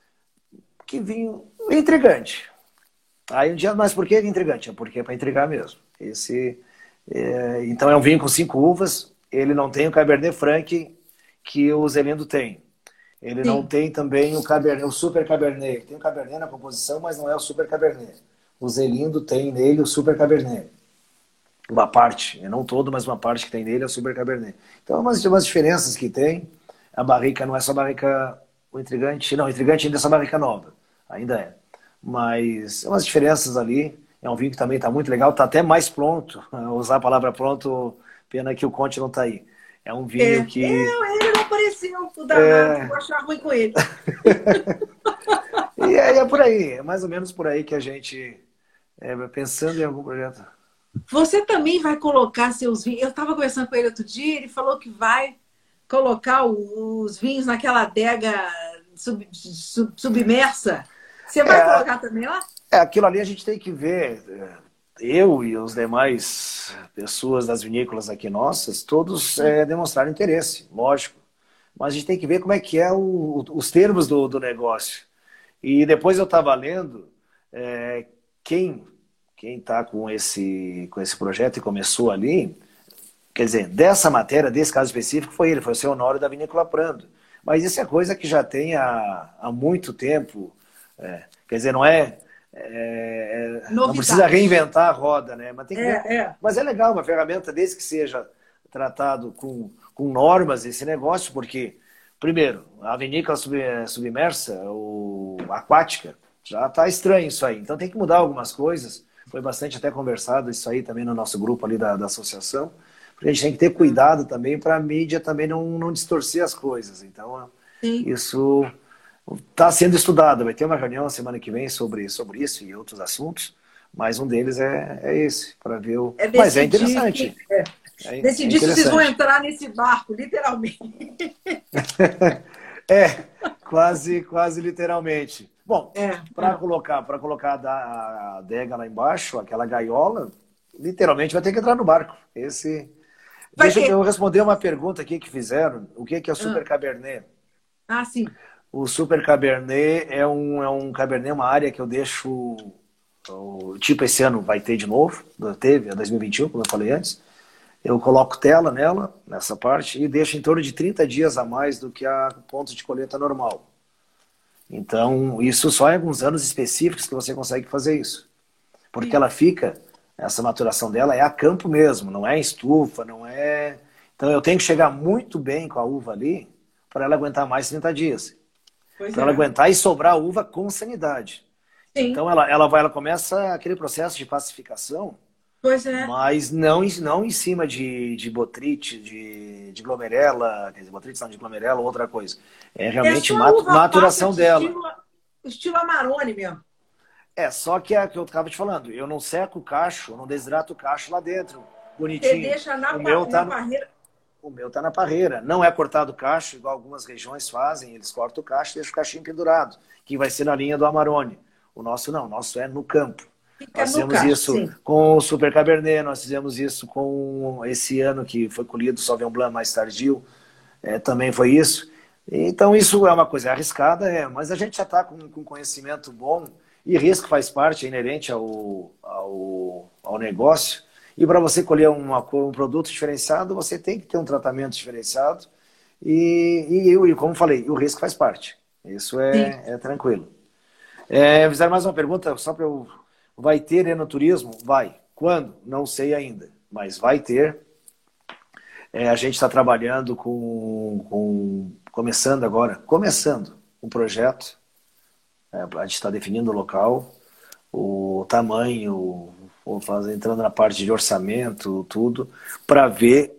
Que vinho intrigante. Aí um dia, mas por que intrigante? Porque é para intrigar mesmo. Então é um vinho com 5 uvas. Ele não tem o Cabernet Franc que o Zelindo tem. Ele não tem também o Super Cabernet. Tem o Cabernet na composição, mas não é o Super Cabernet. O Zelindo tem nele o Super Cabernet. Uma parte, não todo, mas uma parte que tem nele é o Super Cabernet. Então, umas diferenças que tem. A barrica não é só barrica... O Intrigante ainda é só barrica nova. Ainda é. Mas umas diferenças ali. É um vinho que também está muito legal. Está até mais pronto. Usar a palavra pronto, pena que o Conte não está aí. É um vinho que... Ele não apareceu. O danado, vou achar ruim com ele. E é por aí. É mais ou menos por aí que a gente... pensando em algum projeto. Você também vai colocar seus vinhos... Eu estava conversando com ele outro dia, ele falou que vai colocar os vinhos naquela adega submersa. Você vai colocar também lá? Aquilo ali a gente tem que ver. Eu e os demais pessoas das vinícolas aqui nossas, todos demonstraram interesse, lógico. Mas a gente tem que ver como é que os termos do negócio. E depois eu estava lendo quem está com esse projeto e começou ali, quer dizer, dessa matéria, desse caso específico, foi o seu Honório da Vinícola Prando. Mas isso é coisa que já tem há muito tempo. Quer dizer, não precisa reinventar a roda, né? Mas, mas é legal uma ferramenta, desde que seja tratado com normas esse negócio, porque, primeiro, a vinícola submersa, ou aquática, já está estranho isso aí. Então tem que mudar algumas coisas. Foi bastante até conversado isso aí também no nosso grupo ali da associação. Porque a gente tem que ter cuidado também para a mídia também não distorcer as coisas. Então, isso está sendo estudado. Vai ter uma reunião semana que vem sobre isso e outros assuntos. Mas um deles é esse, para ver o... Mas é interessante. Decidir se vocês vão entrar nesse barco, literalmente. Quase literalmente. Bom, para colocar a adega lá embaixo, aquela gaiola, literalmente vai ter que entrar no barco. Deixa eu responder uma pergunta aqui que fizeram. O que é o Super Cabernet? Sim. O Super Cabernet é um Cabernet, uma área que eu deixo... Tipo, esse ano vai ter de novo. Teve, é 2021, como eu falei antes. Eu coloco tela nessa parte, e deixo em torno de 30 dias a mais do que a ponto de colheita normal. Então, isso só em alguns anos específicos que você consegue fazer isso. Porque ela fica, essa maturação dela é a campo mesmo, não é em estufa, não é... Então, eu tenho que chegar muito bem com a uva ali para ela aguentar mais 30 dias. Para ela aguentar e sobrar uva com sanidade. Sim. Então, ela começa aquele processo de pacificação, mas não em cima de botrite, de glomerela, quer dizer, botrite não, de glomerela ou outra coisa. É realmente maturação dela. Estilo Amarone mesmo. Só que é o que eu estava te falando. Eu não seco o cacho, eu não desidrato o cacho lá dentro, bonitinho. Você deixa na parreira. O meu tá na parreira. Não é cortado o cacho, igual algumas regiões fazem. Eles cortam o cacho e deixam o cachinho pendurado, que vai ser na linha do Amarone. O nosso não, o nosso é no campo. Nós fizemos isso com o Super Cabernet, nós fizemos isso com esse ano que foi colhido o Sauvignon Blanc mais tardio. também foi isso. Então isso é uma coisa arriscada, mas a gente já está com conhecimento bom e risco faz parte, é inerente ao negócio. E para você colher um produto diferenciado, você tem que ter um tratamento diferenciado e como falei, o risco faz parte. Isso Sim. é tranquilo. Fizeram mais uma pergunta, só para eu... Vai ter enoturismo? Vai. Quando? Não sei ainda, mas vai ter. A gente está trabalhando começando um projeto. A gente está definindo o local, o tamanho, entrando na parte de orçamento, tudo, para ver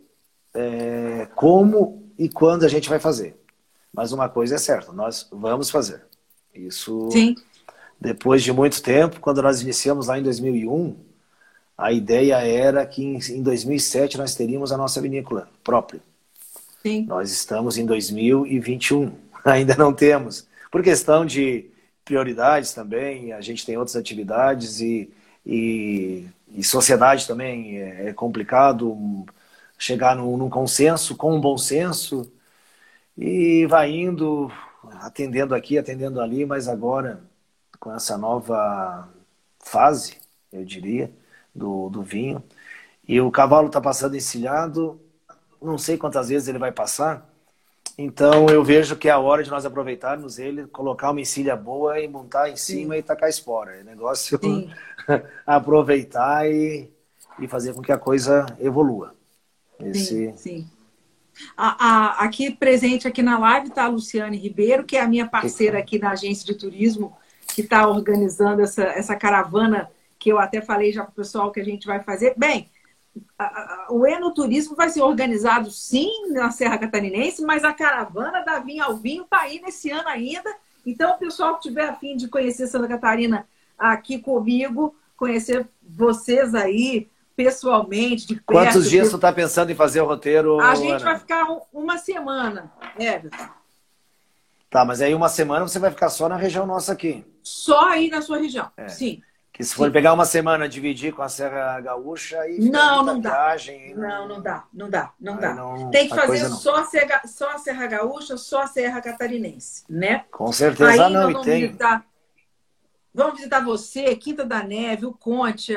como e quando a gente vai fazer. Mas uma coisa é certa, nós vamos fazer. Isso, Sim. Depois de muito tempo, quando nós iniciamos lá em 2001, a ideia era que em 2007 nós teríamos a nossa vinícola própria. Sim. Nós estamos em 2021, ainda não temos. Por questão de prioridades também, a gente tem outras atividades e sociedade também é complicado chegar num consenso, com um bom senso, e vai indo, atendendo aqui, atendendo ali, mas agora, com essa nova fase, eu diria, do vinho, e o cavalo está passando encilhado, não sei quantas vezes ele vai passar, então eu vejo que é a hora de nós aproveitarmos ele, colocar uma encilha boa e montar em cima e tacar espora. É negócio aproveitar e fazer com que a coisa evolua. Sim. Aqui presente aqui na live está a Luciane Ribeiro, que é a minha parceira aqui na agência de turismo, que está organizando essa caravana, que eu até falei já para o pessoal que a gente vai fazer. Bem, o enoturismo vai ser organizado sim na Serra Catarinense, mas a caravana da Vinho ao Vinho está aí nesse ano ainda. Então, o pessoal que tiver a fim de conhecer Santa Catarina aqui comigo, conhecer vocês aí pessoalmente, de perto. Quantos dias tu está pensando em fazer o roteiro, A gente Ana? vai ficar uma semana, Everton. Tá, mas aí uma semana você vai ficar só na região nossa aqui. Só aí na sua região, sim. Que se for pegar uma semana, dividir com a Serra Gaúcha, aí não dá. Viagem, não dá. Não, tem que fazer só a Serra Gaúcha, só a Serra Catarinense, né? Com certeza aí não, e tem. Vamos visitar você, Quinta da Neve, o Conte,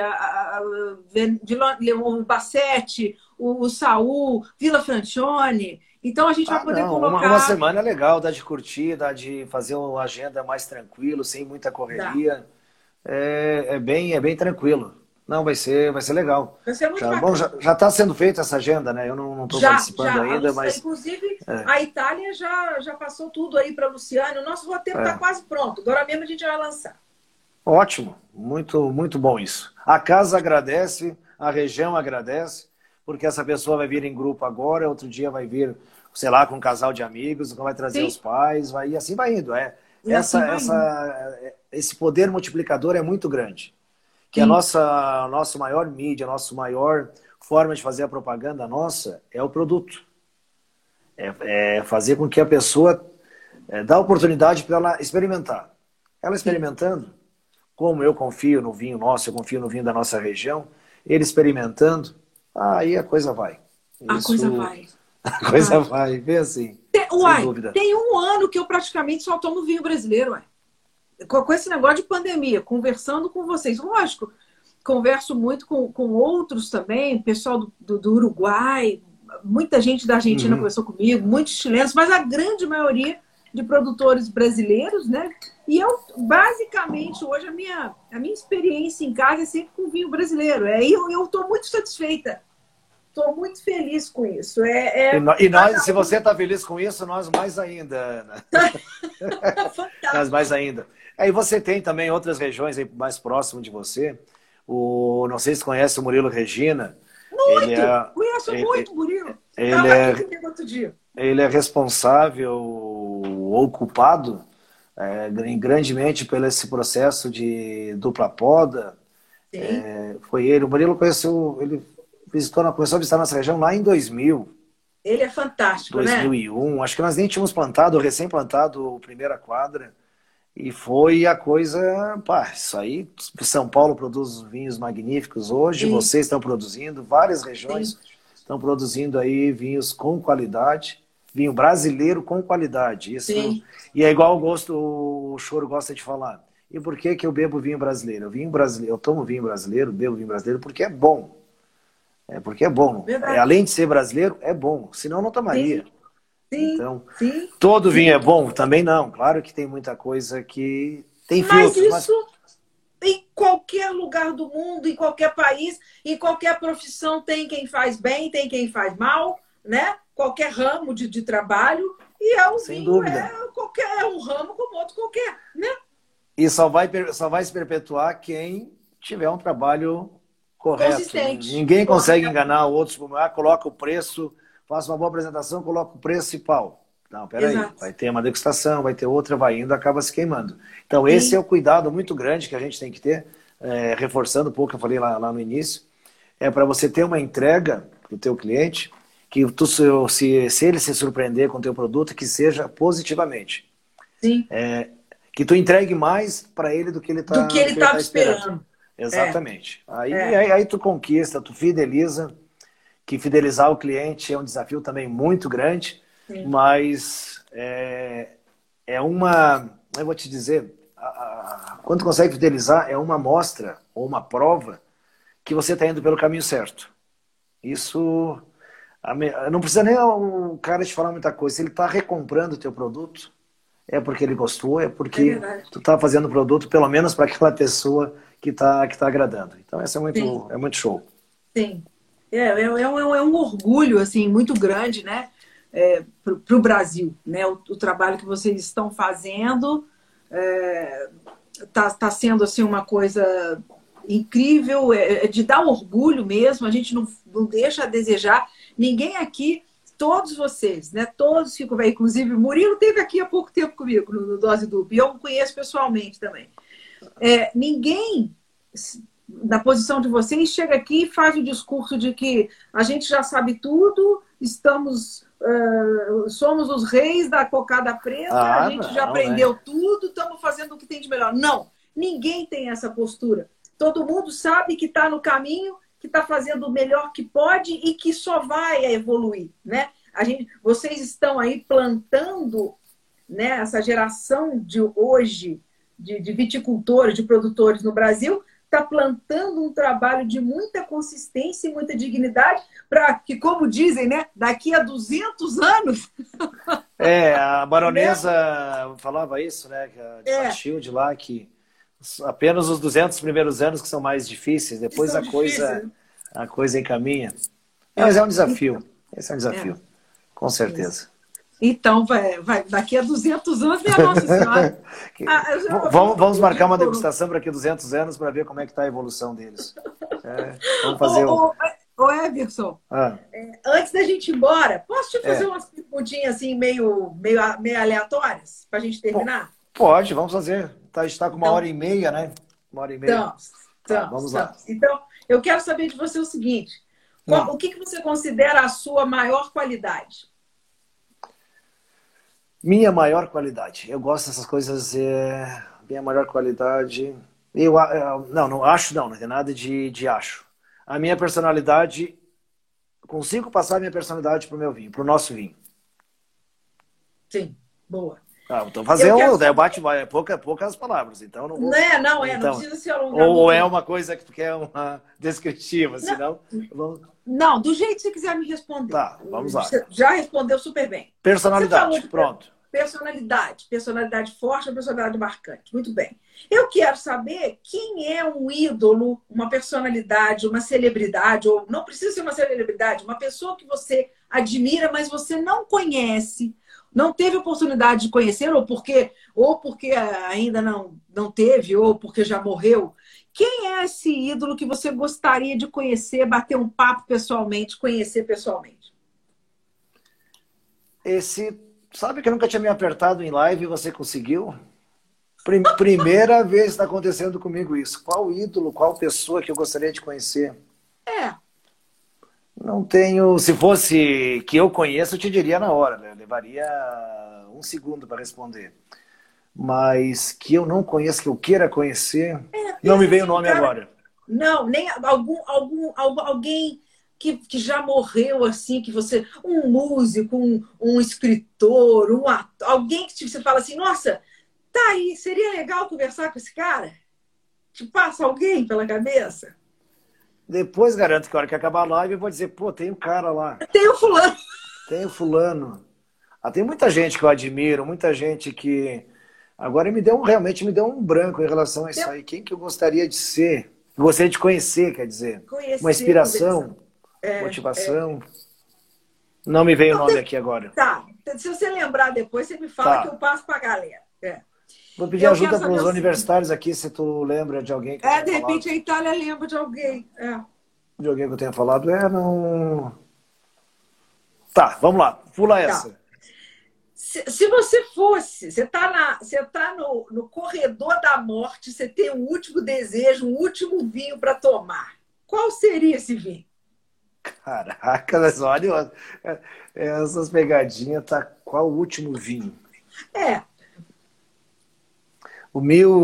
o Bacete, o Saul, Vila Francione. Então a gente vai poder colocar... Uma semana é legal, dá de curtir, dá de fazer uma agenda mais tranquilo, sem muita correria. Dá. É bem tranquilo. Não, vai ser legal. Vai ser muito bacana. Bom, já está sendo feita essa agenda, né? Eu não estou participando ainda, mas... Inclusive, a Itália já passou tudo aí para a Luciane. O nosso roteiro está quase pronto. Agora mesmo a gente vai lançar. Ótimo. Muito, muito bom isso. A casa agradece, a região agradece, porque essa pessoa vai vir em grupo agora, outro dia vai vir, sei lá, com um casal de amigos, vai trazer os pais, e assim vai indo. Esse poder multiplicador é muito grande. Que a nossa maior mídia, a nossa maior forma de fazer a propaganda nossa é o produto. É fazer com que a pessoa dá oportunidade para ela experimentar. Ela experimentando, como eu confio no vinho nosso, eu confio no vinho da nossa região, ele experimentando, aí a coisa vai. A coisa vai, bem assim. Sem dúvida. Tem um ano que eu praticamente só tomo vinho brasileiro, com esse negócio de pandemia, conversando com vocês. Lógico, converso muito com outros também, pessoal do Uruguai, muita gente da Argentina conversou comigo, muitos chilenos, mas a grande maioria de produtores brasileiros, né? E eu, basicamente, hoje a minha experiência em casa é sempre com vinho brasileiro. Eu estou muito satisfeita. Estou muito feliz com isso. E nós, se você está feliz com isso, nós mais ainda, Ana. Fantástico. Nós mais ainda. Aí você tem também outras regiões aí mais próximas de você. Não sei se você conhece o Murilo Regina. Conheço muito o Murilo. Ele é responsável ou culpado grandemente pelo esse processo de dupla poda. Foi ele. O Murilo conheceu, ele começou a visitar nossa região lá em 2000. Ele é fantástico, 2001. Acho que nós nem tínhamos plantado, recém-plantado a primeira quadra. E foi a coisa... isso aí, São Paulo produz vinhos magníficos hoje, vocês estão produzindo, várias regiões estão produzindo aí vinhos com qualidade. vinho brasileiro com qualidade. Isso, Sim. e é igual o Choro gosta de falar. E por que que eu bebo vinho brasileiro? Eu tomo vinho brasileiro, bebo vinho brasileiro porque é bom. É porque é bom. Verdade. Além de ser brasileiro, é bom. Senão não tomaria. Sim, sim, Então, sim. todo vinho é bom? Também não. Claro que tem muita coisa que tem Mas filtros, mas isso em qualquer lugar do mundo, em qualquer país, em qualquer profissão tem quem faz bem, tem quem faz mal, né? Qualquer ramo de trabalho. E o sem vinho dúvida. é um ramo como outro qualquer, né? E só vai se perpetuar quem tiver um trabalho correto. Consistente. Ninguém consegue Correto. enganar outros, como, coloca o preço, faça uma boa apresentação, coloca o preço e pau. Não, peraí, Exato. vai ter uma degustação, vai ter outra, vai indo, acaba se queimando. Então, esse é Sim, o cuidado muito grande que a gente tem que ter, reforçando um pouco, que eu falei lá no início, é para você ter uma entrega para o teu cliente, que se ele se surpreender com o teu produto, que seja positivamente. sim. Que tu entregue mais para ele do que ele Do que tá, do ele que ele estava tá esperando. esperando. É, Exatamente. Aí, é. aí, aí tu conquista, tu fideliza, que fidelizar o cliente é um desafio também muito grande, Sim. mas eu vou te dizer, quando tu consegue fidelizar, é uma amostra ou uma prova que você está indo pelo caminho certo. Isso, não precisa nem o cara te falar muita coisa. Se ele está recomprando o teu produto, é porque ele gostou, é É porque verdade. tu está fazendo o produto, pelo menos para aquela pessoa que tá agradando. Então, essa Sim, é muito show. sim. É um orgulho assim muito grande, né, para o Brasil, né? O trabalho que vocês estão fazendo tá sendo assim uma coisa incrível, é de dar orgulho mesmo. A gente não deixa a desejar. Ninguém aqui, todos vocês, né? Todos ficam bem. Inclusive, o Murilo esteve aqui há pouco tempo comigo no Dose Dupla e eu o conheço pessoalmente também. Ninguém na posição de vocês chega aqui e faz o discurso de que a gente já sabe tudo, somos os reis da cocada preta, a gente já Não, né? aprendeu tudo, estamos fazendo o que tem de melhor. Não, ninguém tem essa postura. Todo mundo sabe que está no caminho, que está fazendo o melhor que pode e que só vai evoluir, né? Vocês estão aí plantando, né, essa geração de hoje de viticultores, de produtores no Brasil, está plantando um trabalho de muita consistência e muita dignidade para que, como dizem, né, daqui a 200 anos... A baronesa falava isso, né, de Matilde lá, que apenas os 200 primeiros anos que são mais difíceis, Que depois são difíceis. a coisa encaminha. Mas é um desafio, esse é um É, desafio, com certeza. então, daqui a 200 anos, minha Nossa Senhora. Vamos marcar uma degustação para aqui 200 anos para ver como é que está a evolução deles. Vamos fazer Ô Everson, antes da gente ir embora, posso te fazer umas perguntinhas assim, meio aleatórias, para a gente terminar? Pode, vamos fazer. A gente está com 1h30, né? 1h30. Vamos lá. Então, eu quero saber de você o seguinte: o que você considera a sua maior qualidade? Minha maior qualidade. Eu gosto dessas coisas. Minha maior qualidade. Não acho, não tem nada de acho. A minha personalidade. Consigo passar a minha personalidade pro meu vinho, pro nosso vinho. Sim, boa. Então fazer um debate, poucas palavras, então não vou. Não precisa se alongar. Ou é uma coisa que tu quer uma descritiva, senão. Não, do jeito que você quiser me responder. Tá, vamos lá. Você já respondeu super bem. Personalidade, pronto. Personalidade forte, personalidade marcante. Muito bem. Eu quero saber quem é um ídolo, uma personalidade, uma celebridade, ou não precisa ser uma celebridade, uma pessoa que você admira, mas você não conhece, não teve oportunidade de conhecer, ou porque ainda não teve, ou porque já morreu. Quem é esse ídolo que você gostaria de conhecer, bater um papo pessoalmente, conhecer pessoalmente? Sabe que eu nunca tinha me apertado em live e você conseguiu? Primeira vez está acontecendo comigo isso. Qual ídolo, qual pessoa que eu gostaria de conhecer? Não tenho. Se fosse que eu conheço, eu te diria na hora, né? Levaria 1 segundo para responder. Mas que eu não conheço, que eu queira conhecer, não me veio o nome agora. Não, nem alguém que já morreu, assim, que você... Um músico, um escritor, um ator, alguém que você fala assim, nossa, tá aí, seria legal conversar com esse cara? Te passa alguém pela cabeça? Depois garanto que a hora que acabar a live eu vou dizer, pô, tem um cara lá, Tem o fulano. tem o fulano. Ah, tem muita gente que eu admiro, muita gente que... Agora realmente me deu um branco em relação a isso aí. Quem que eu gostaria de ser? Gostaria de conhecer, quer dizer. Uma Conhecer, inspiração, conversar. motivação. Não me veio o nome aqui agora. Tá. Se você lembrar depois, você me fala que eu passo para a galera. Vou pedir ajuda para os universitários aqui, se tu lembra de alguém que eu tenha de repente falado. a Itália lembra de alguém. De alguém que eu tenha falado. Não... Tá, vamos lá. Pula essa. Se você fosse, você tá no corredor da morte, você tem um último desejo, um último vinho para tomar. Qual seria esse vinho? Caraca, mas olha, essas pegadinhas, tá? Qual o último vinho? O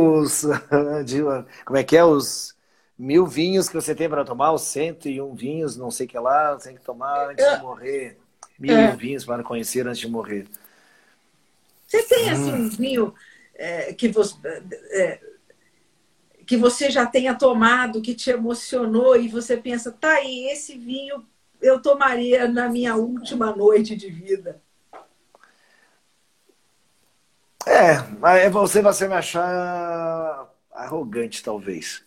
como é que é? Os 1000 vinhos que você tem para tomar, os 101 vinhos, não sei o que lá, você tem que tomar antes de morrer. 1001 vinhos para conhecer antes de morrer. Você tem, assim, um vinho que você já tenha tomado, que te emocionou e você pensa, tá aí, esse vinho eu tomaria na minha última noite de vida. Você vai me achar arrogante, talvez.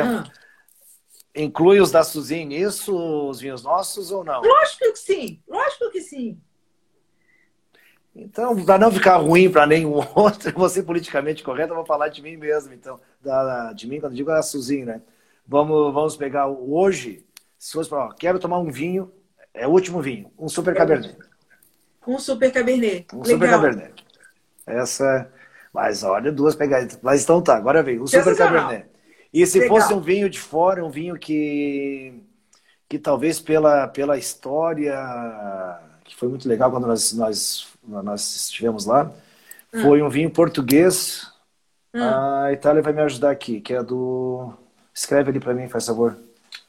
Inclui os da Suzy nisso, os vinhos nossos ou não? Lógico que sim, lógico que sim. Então, para não ficar ruim para nenhum outro, eu vou ser politicamente correto, eu vou falar de mim mesmo. Então, de mim, quando eu digo a Suzy, né? Vamos pegar hoje, se fosse para, quero tomar um vinho, é o último vinho, um Super Cabernet. Um Super Cabernet. Um Super Cabernet. Mas olha, 2 pegadinhas. Mas então tá, agora veio o Super Cabernet. E se fosse um vinho de fora, um vinho que talvez pela história, que foi muito legal quando nós estivemos lá, foi um vinho português. A Itália vai me ajudar aqui, que é do... Escreve ali para mim, faz favor.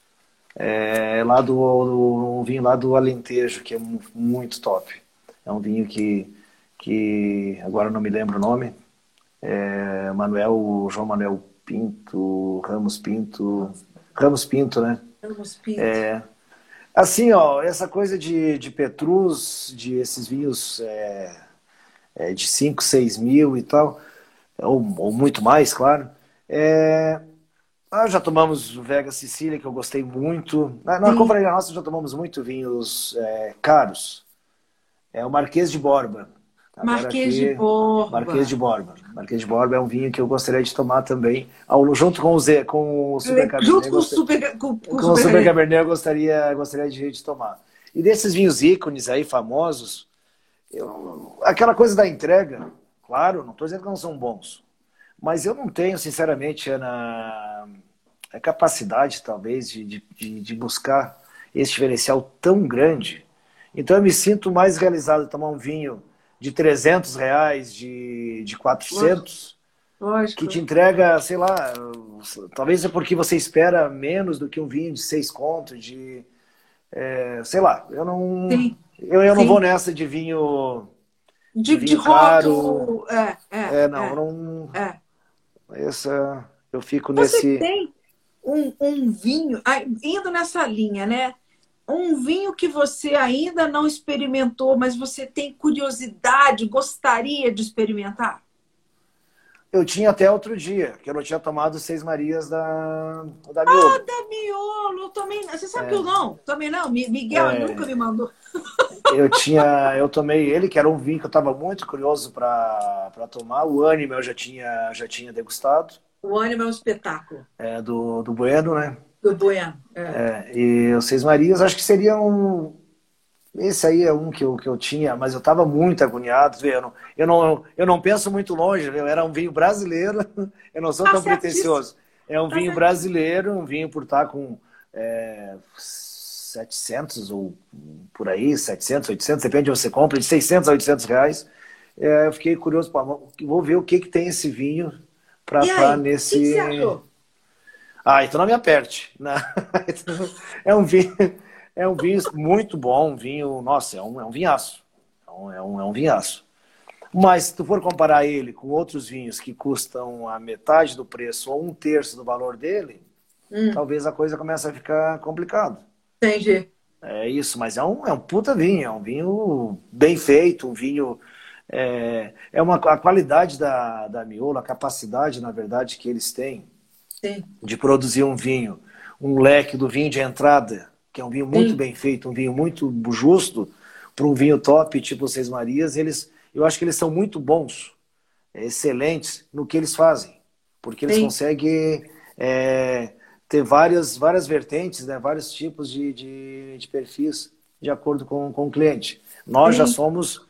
Um vinho lá do Alentejo, que é muito top. É um vinho que agora não me lembro o nome. João Manuel Pinto, Ramos Pinto, né? Ramos Pinto. Assim, ó, essa coisa de Petrus, de esses vinhos de 5, 6 mil e tal, ou muito mais, claro. Já tomamos o Vega Sicília, que eu gostei muito. Na confraria nossa já tomamos muito vinhos caros. O Marquês de Borba. Marquês de Borba. Marquês de Borba é um vinho que eu gostaria de tomar também. Junto com o Super Cabernet. Junto com o Super Cabernet eu gostaria de tomar. E desses vinhos ícones aí, famosos, aquela coisa da entrega, claro, não estou dizendo que não são bons, mas eu não tenho, sinceramente, a capacidade, talvez, de buscar esse diferencial tão grande. Então eu me sinto mais realizado de tomar um vinho de R$300, de 400, Lógico. que te entrega, sei lá, talvez é porque você espera menos do que um vinho de 6 contos, sei lá, eu não vou nessa de vinho de caro. Rótulo. Eu fico Você tem um vinho, indo nessa linha, né? Um vinho que você ainda não experimentou, mas você tem curiosidade, gostaria de experimentar? Eu tinha até outro dia, que eu não tinha tomado 6 Marias da Miolo. Da Miolo, também. Você sabe que eu não? Também não. Miguel nunca me mandou. Eu tomei ele, que era um vinho que eu estava muito curioso para tomar. O Anima eu já tinha degustado. O Anima é um espetáculo. Do Bueno, né? Do Bueno. E os 6 Marias, acho que seria um... Esse aí é um que eu tinha, mas eu estava muito agoniado. Eu não penso muito longe, era um vinho brasileiro, eu não sou tão pretensioso. É um vinho brasileiro, um vinho por estar com 700 ou por aí, 700, 800, depende de onde você compra, de 600 a 800 reais. Eu fiquei curioso, vou ver o que tem esse vinho para estar nesse... O que você achou? Então não me aperte. É um vinho... É um vinho muito bom, um vinho, nossa, é um vinhaço. É um vinhaço. Mas se tu for comparar ele com outros vinhos que custam a metade do preço ou um terço do valor dele, talvez a coisa comece a ficar complicada. Entendi. É isso, mas é um puta vinho, é um vinho bem feito, um vinho... a qualidade da Miolo, a capacidade, na verdade, que eles têm Sim. de produzir um vinho, um leque do vinho de entrada, que é um vinho muito bem feito, um vinho muito justo, para um vinho top, tipo Seis Marias, eu acho que eles são muito bons, excelentes no que eles fazem, porque eles conseguem ter várias vertentes, né, vários tipos de perfis de acordo com o cliente. Nós já somos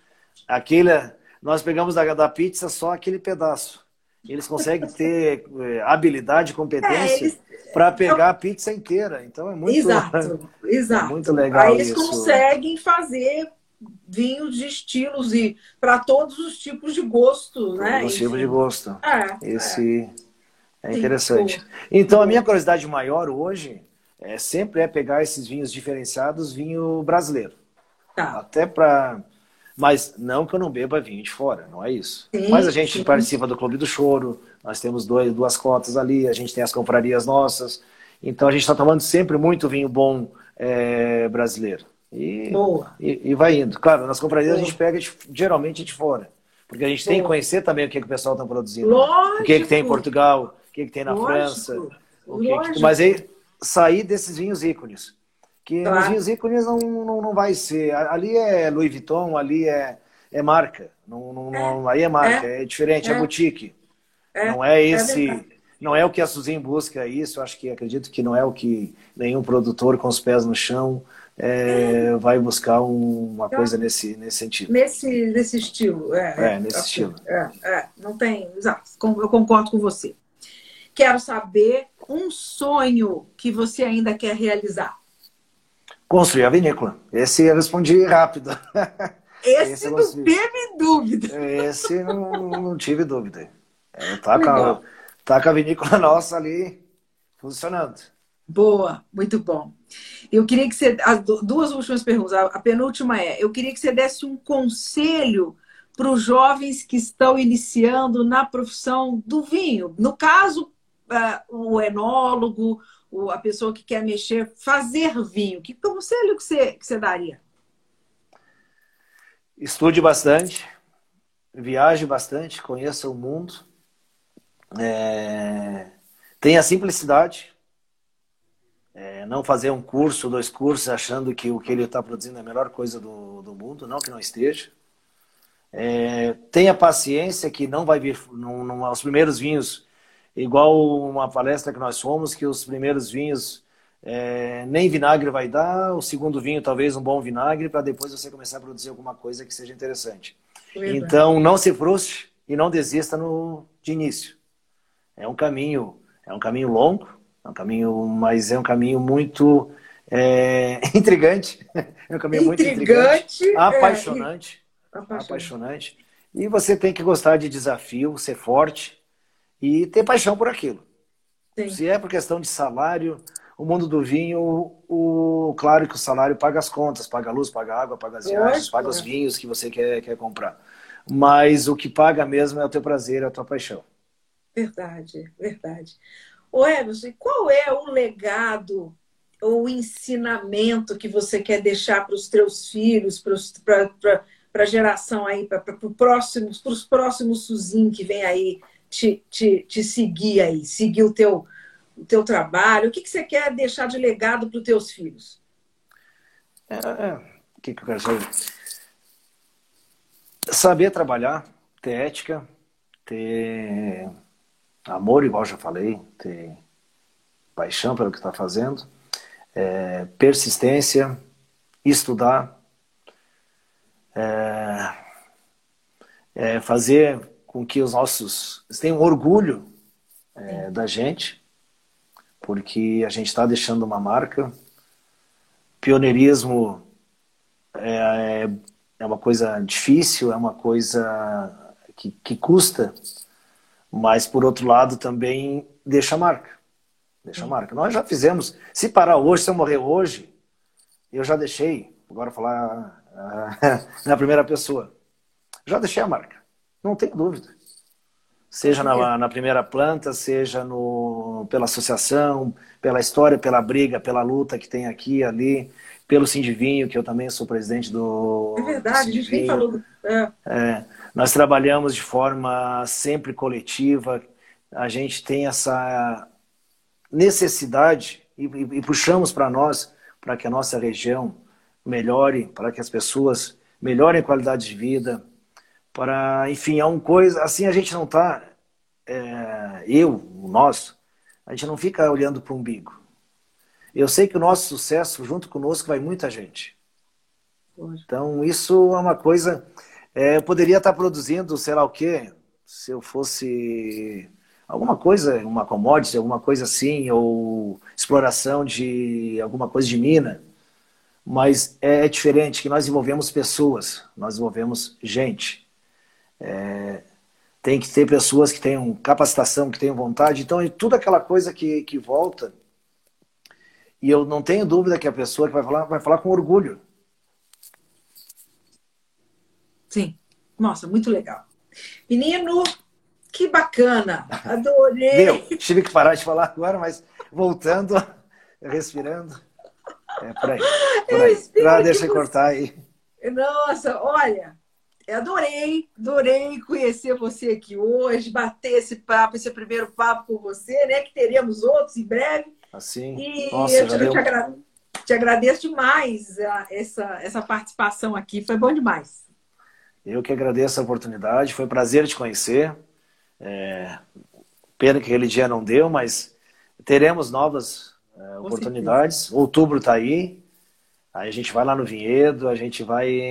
nós pegamos da pizza só aquele pedaço. Eles conseguem ter habilidade, competência para pegar a pizza inteira. Então é muito, exato. é muito legal. Aí eles isso. conseguem fazer vinhos de estilos e para todos os tipos de gosto, né? Todos os tipos de gosto. Esse é interessante. Sim, então a minha curiosidade maior hoje sempre é pegar esses vinhos diferenciados, vinho brasileiro. Tá. Até para... Mas não que eu não beba vinho de fora, não é isso. Sim, mas a gente participa do Clube do Choro, nós temos duas cotas ali, a gente tem as confrarias nossas, então a gente está tomando sempre muito vinho bom brasileiro. E vai indo. Claro, nas confrarias a gente pega geralmente de fora, porque a gente tem que conhecer também o que o pessoal está produzindo. Lógico. O que tem em Portugal, o que tem na França. Mas aí sair desses vinhos ícones. Que nos vinhos ícones não vai ser. Ali é Louis Vuitton, ali é marca. Aí é marca, é diferente, é boutique. Não é esse. Não é o que a Suzin busca isso. Acredito que não é o que nenhum produtor com os pés no chão vai buscar uma coisa nesse sentido. Nesse estilo. Nesse estilo. Não tem. Exato, eu concordo com você. Quero saber um sonho que você ainda quer realizar. Construir a vinícola. Esse eu respondi rápido. Esse não teve dúvida. Esse não tive dúvida. Tá com a vinícola nossa ali funcionando. Boa, muito bom. Eu queria que você... As duas últimas perguntas. A penúltima eu queria que você desse um conselho para os jovens que estão iniciando na profissão do vinho. No caso, o enólogo, a pessoa que quer fazer vinho. Que conselho que você daria? Estude bastante, viaje bastante, conheça o mundo. Tenha simplicidade. Não fazer um curso, 2 cursos, achando que o que ele está produzindo é a melhor coisa do mundo. Não que não esteja. Tenha paciência que não vai vir os primeiros vinhos, igual uma palestra que nós fomos, que os primeiros vinhos nem vinagre vai dar, o segundo vinho talvez um bom vinagre, para depois você começar a produzir alguma coisa que seja interessante. Então não se frustre e não desista de início. É um caminho longo, mas é um caminho muito intrigante, é um caminho muito intrigante, apaixonante. E você tem que gostar de desafio, ser forte e ter paixão por aquilo. Sim. Se é por questão de salário, o mundo do vinho, claro que o salário paga as contas, paga a luz, paga a água, paga as viagens, paga os vinhos que você quer comprar. Mas o que paga mesmo é o teu prazer, é a tua paixão. Verdade, verdade. Ô Emerson, qual é o legado ou o ensinamento que você quer deixar para os teus filhos, para a geração aí, para os próximos Suzin que vem aí te seguir aí, seguir o teu trabalho? O que você quer deixar de legado para os teus filhos? O que eu quero saber? Saber trabalhar, ter ética, ter amor, igual já falei, ter paixão pelo que está fazendo, persistência, estudar, fazer com que os nossos tenham orgulho da gente, porque a gente está deixando uma marca. Pioneirismo é uma coisa difícil, é uma coisa que custa, mas por outro lado também deixa marca. Deixa marca. Nós já fizemos, se parar hoje, se eu morrer hoje, eu já deixei, agora falar na primeira pessoa, já deixei a marca, não tenho dúvida. Seja na primeira planta, seja pela associação, pela história, pela briga, pela luta que tem aqui, ali, pelo Sindivinho, que eu também sou presidente É do verdade, a gente nem Sindivinho. falou. Nós trabalhamos de forma sempre coletiva, a gente tem essa necessidade e puxamos para nós, para que a nossa região melhore, para que as pessoas melhorem a qualidade de vida, para, enfim, assim a gente não está, nós, a gente não fica olhando para o umbigo. Eu sei que o nosso sucesso, junto conosco, vai muita gente. Então, isso é uma coisa, eu poderia estar produzindo, sei lá o quê, se eu fosse alguma coisa, uma commodity, alguma coisa assim, ou exploração de alguma coisa de mina, mas é diferente, que nós envolvemos pessoas, nós envolvemos gente. Tem que ter pessoas que tenham capacitação, que tenham vontade, então é tudo aquela coisa que volta, e eu não tenho dúvida que a pessoa que vai falar com orgulho. Sim, nossa, muito legal. Menino, que bacana, adorei. Tive que parar de falar agora, mas voltando, respirando, por aí. Deixa eu cortar aí. Nossa, olha, adorei conhecer você aqui hoje, bater esse papo, esse primeiro papo com você, né? Que teremos outros em breve. Assim, e nossa, eu te agradeço demais essa participação aqui, foi bom demais. Eu que agradeço a oportunidade, foi um prazer te conhecer. Pena que aquele dia não deu, mas teremos novas oportunidades. Outubro está aí a gente vai lá no Vinhedo, a gente vai...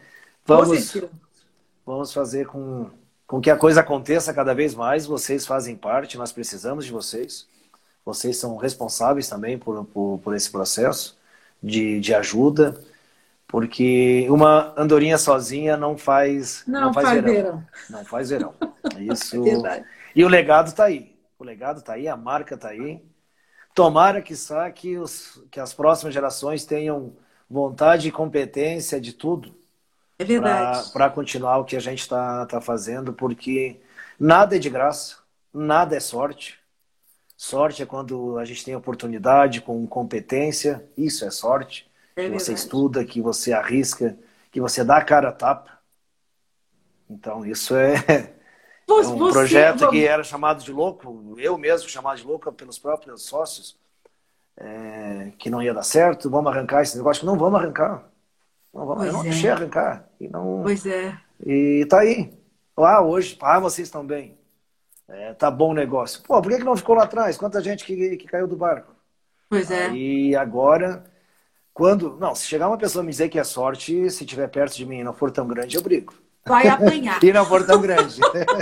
vamos fazer com que a coisa aconteça cada vez mais. Vocês fazem parte, nós precisamos de vocês. Vocês são responsáveis também por esse processo de ajuda, porque uma andorinha sozinha não faz verão. Não faz verão. Isso. É verdade. E o legado está aí. O legado está aí, a marca está aí. Tomara que as próximas gerações tenham vontade e competência de tudo. É verdade. Para continuar o que a gente está fazendo, porque nada é de graça, nada é sorte. Sorte é quando a gente tem oportunidade com competência, isso é sorte. Que você estuda, que você arrisca, que você dá a cara a tapa. Então isso é um projeto que era chamado de louco, eu mesmo chamado de louco pelos próprios sócios, que não ia dar certo, vamos arrancar esse negócio. Não vamos arrancar. Eu não deixei arrancar. Pois é. E tá aí. Hoje, vocês estão bem. Tá bom o negócio. Pô, por que não ficou lá atrás? Quanta gente que caiu do barco? Pois é. E agora, se chegar uma pessoa me dizer que é sorte, se estiver perto de mim e não for tão grande, eu brigo. Vai apanhar. E não for tão grande.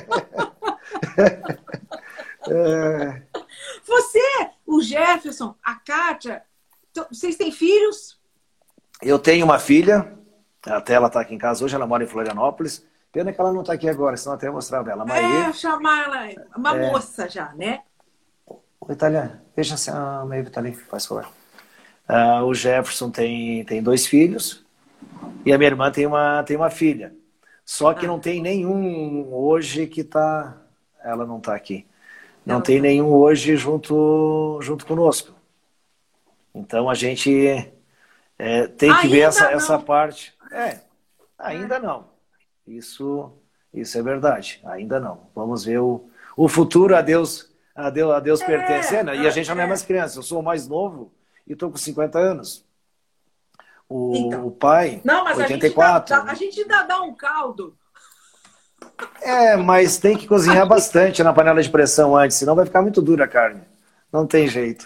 Você, o Jefferson, a Kátia, vocês têm filhos? Eu tenho uma filha, até ela está aqui em casa hoje, ela mora em Florianópolis. Pena que ela não está aqui agora, senão até eu mostrava ela. Chamar ela, uma moça já, né? Oi, Thalia, veja se a Maeve está ali, faz favor. O Jefferson tem 2 filhos e a minha irmã tem uma filha. Só que não tem nenhum hoje que está... Ela não está aqui. Não tem nenhum hoje junto conosco. Então a gente tem que ver essa parte. Ainda não. Isso é verdade. Ainda não. Vamos ver o futuro a Deus pertence. Né? E a gente já não é mais criança. Eu sou o mais novo e estou com 50 anos. O pai, não, mas 84. A gente ainda dá um caldo. Mas tem que cozinhar bastante na panela de pressão antes, senão vai ficar muito dura a carne. Não tem jeito.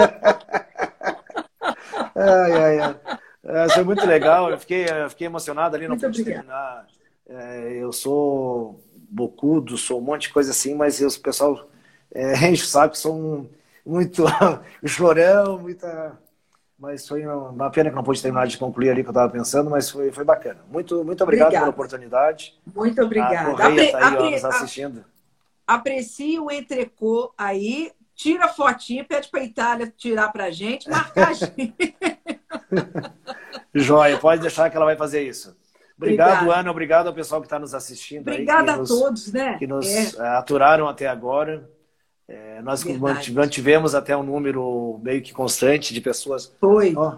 Foi muito legal. Eu fiquei emocionado ali, não pude terminar. Eu sou bocudo, sou um monte de coisa assim, mas o pessoal enche o saco, sou muito chorão, muita... Mas foi uma pena que não pude terminar de concluir ali o que eu estava pensando, mas foi bacana. Muito obrigado pela oportunidade. Muito obrigada. A Correia está aí nos assistindo. Aprecie o entrecô aí, tira a fotinha, pede para a Itália tirar para a gente, marcar a gente. Joia, pode deixar que ela vai fazer isso. Obrigado, Obrigada. Ana. Obrigado ao pessoal que está nos assistindo Obrigada aí, a todos, né? que nos aturaram até agora. Nós Verdade. mantivemos até um número meio que constante de pessoas. Foi. Ó,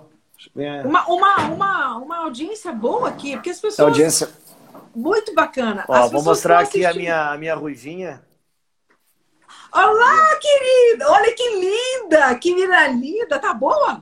Uma audiência boa aqui, porque as pessoas... audiência. Muito bacana. Ó, As vou pessoas mostrar estão aqui assistindo. a minha ruivinha. Olá, querida! Olha que linda! Que menina linda! Tá boa?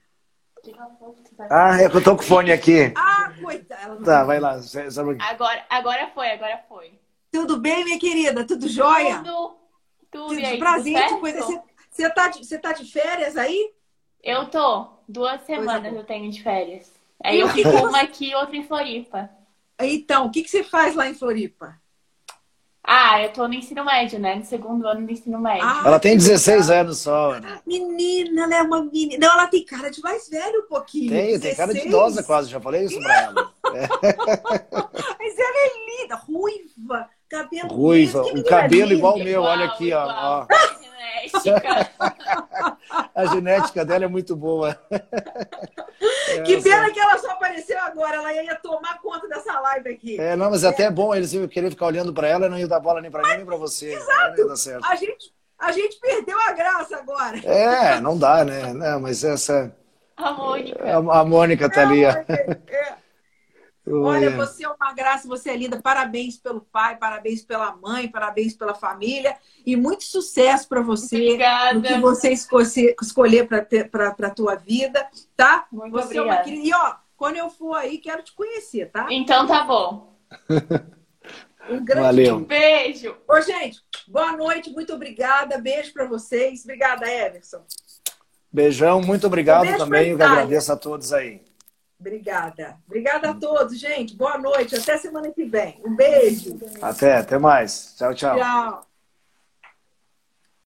Ah, é que eu tô com o fone aqui. Ah, coitada. Tá, vai lá. Agora foi. Tudo bem, minha querida? Tudo jóia? Tudo e aí, Prazer tudo te certo? conhecer. Você tá de férias aí? Eu tô. 2 semanas boa. eu tenho de férias. Aí eu fico uma aqui e outra em Floripa. Então, o que você faz lá em Floripa? Ah, eu tô no ensino médio, né? No 2º ano do ensino médio. Ah, Ela tem 16 anos só, Ana. menina, ela é uma menina. Não, ela tem cara de mais velha um pouquinho. Tem cara de 16. idosa quase, já falei isso pra ela. Mas ela é linda, ruiva, cabelo Ruiva, liso. Que o menina cabelo linda. igual o meu, olha aqui, ó. Igual. Genética. A genética dela é muito boa. Que pena que ela só apareceu agora. Ela ia tomar conta dessa live aqui. Não, mas é até bom, eles iam querer ficar olhando pra ela e não ia dar bola nem pra mim nem pra você. Não ia dar certo. A gente perdeu a graça agora. Não dá, né? Não, mas essa... A Mônica. A Mônica tá ali, ó. Olha, você é uma graça, você é linda. Parabéns pelo pai, parabéns pela mãe, parabéns pela família. E muito sucesso para você. Obrigada. No que você escolher para a tua vida, tá? Muito você obrigada. é uma querida. E, ó, quando eu for aí, quero te conhecer, tá? Então tá bom. Um grande Valeu. Beijo. Ô, gente, boa noite, muito obrigada. Beijo para vocês. Obrigada, Everson. Beijão, muito obrigado Beijo também. Eu pra Itália. agradeço a todos aí. Obrigada. Obrigada a todos, gente. Boa noite. Até semana que vem. Um beijo. Até mais. Tchau, tchau. Tchau.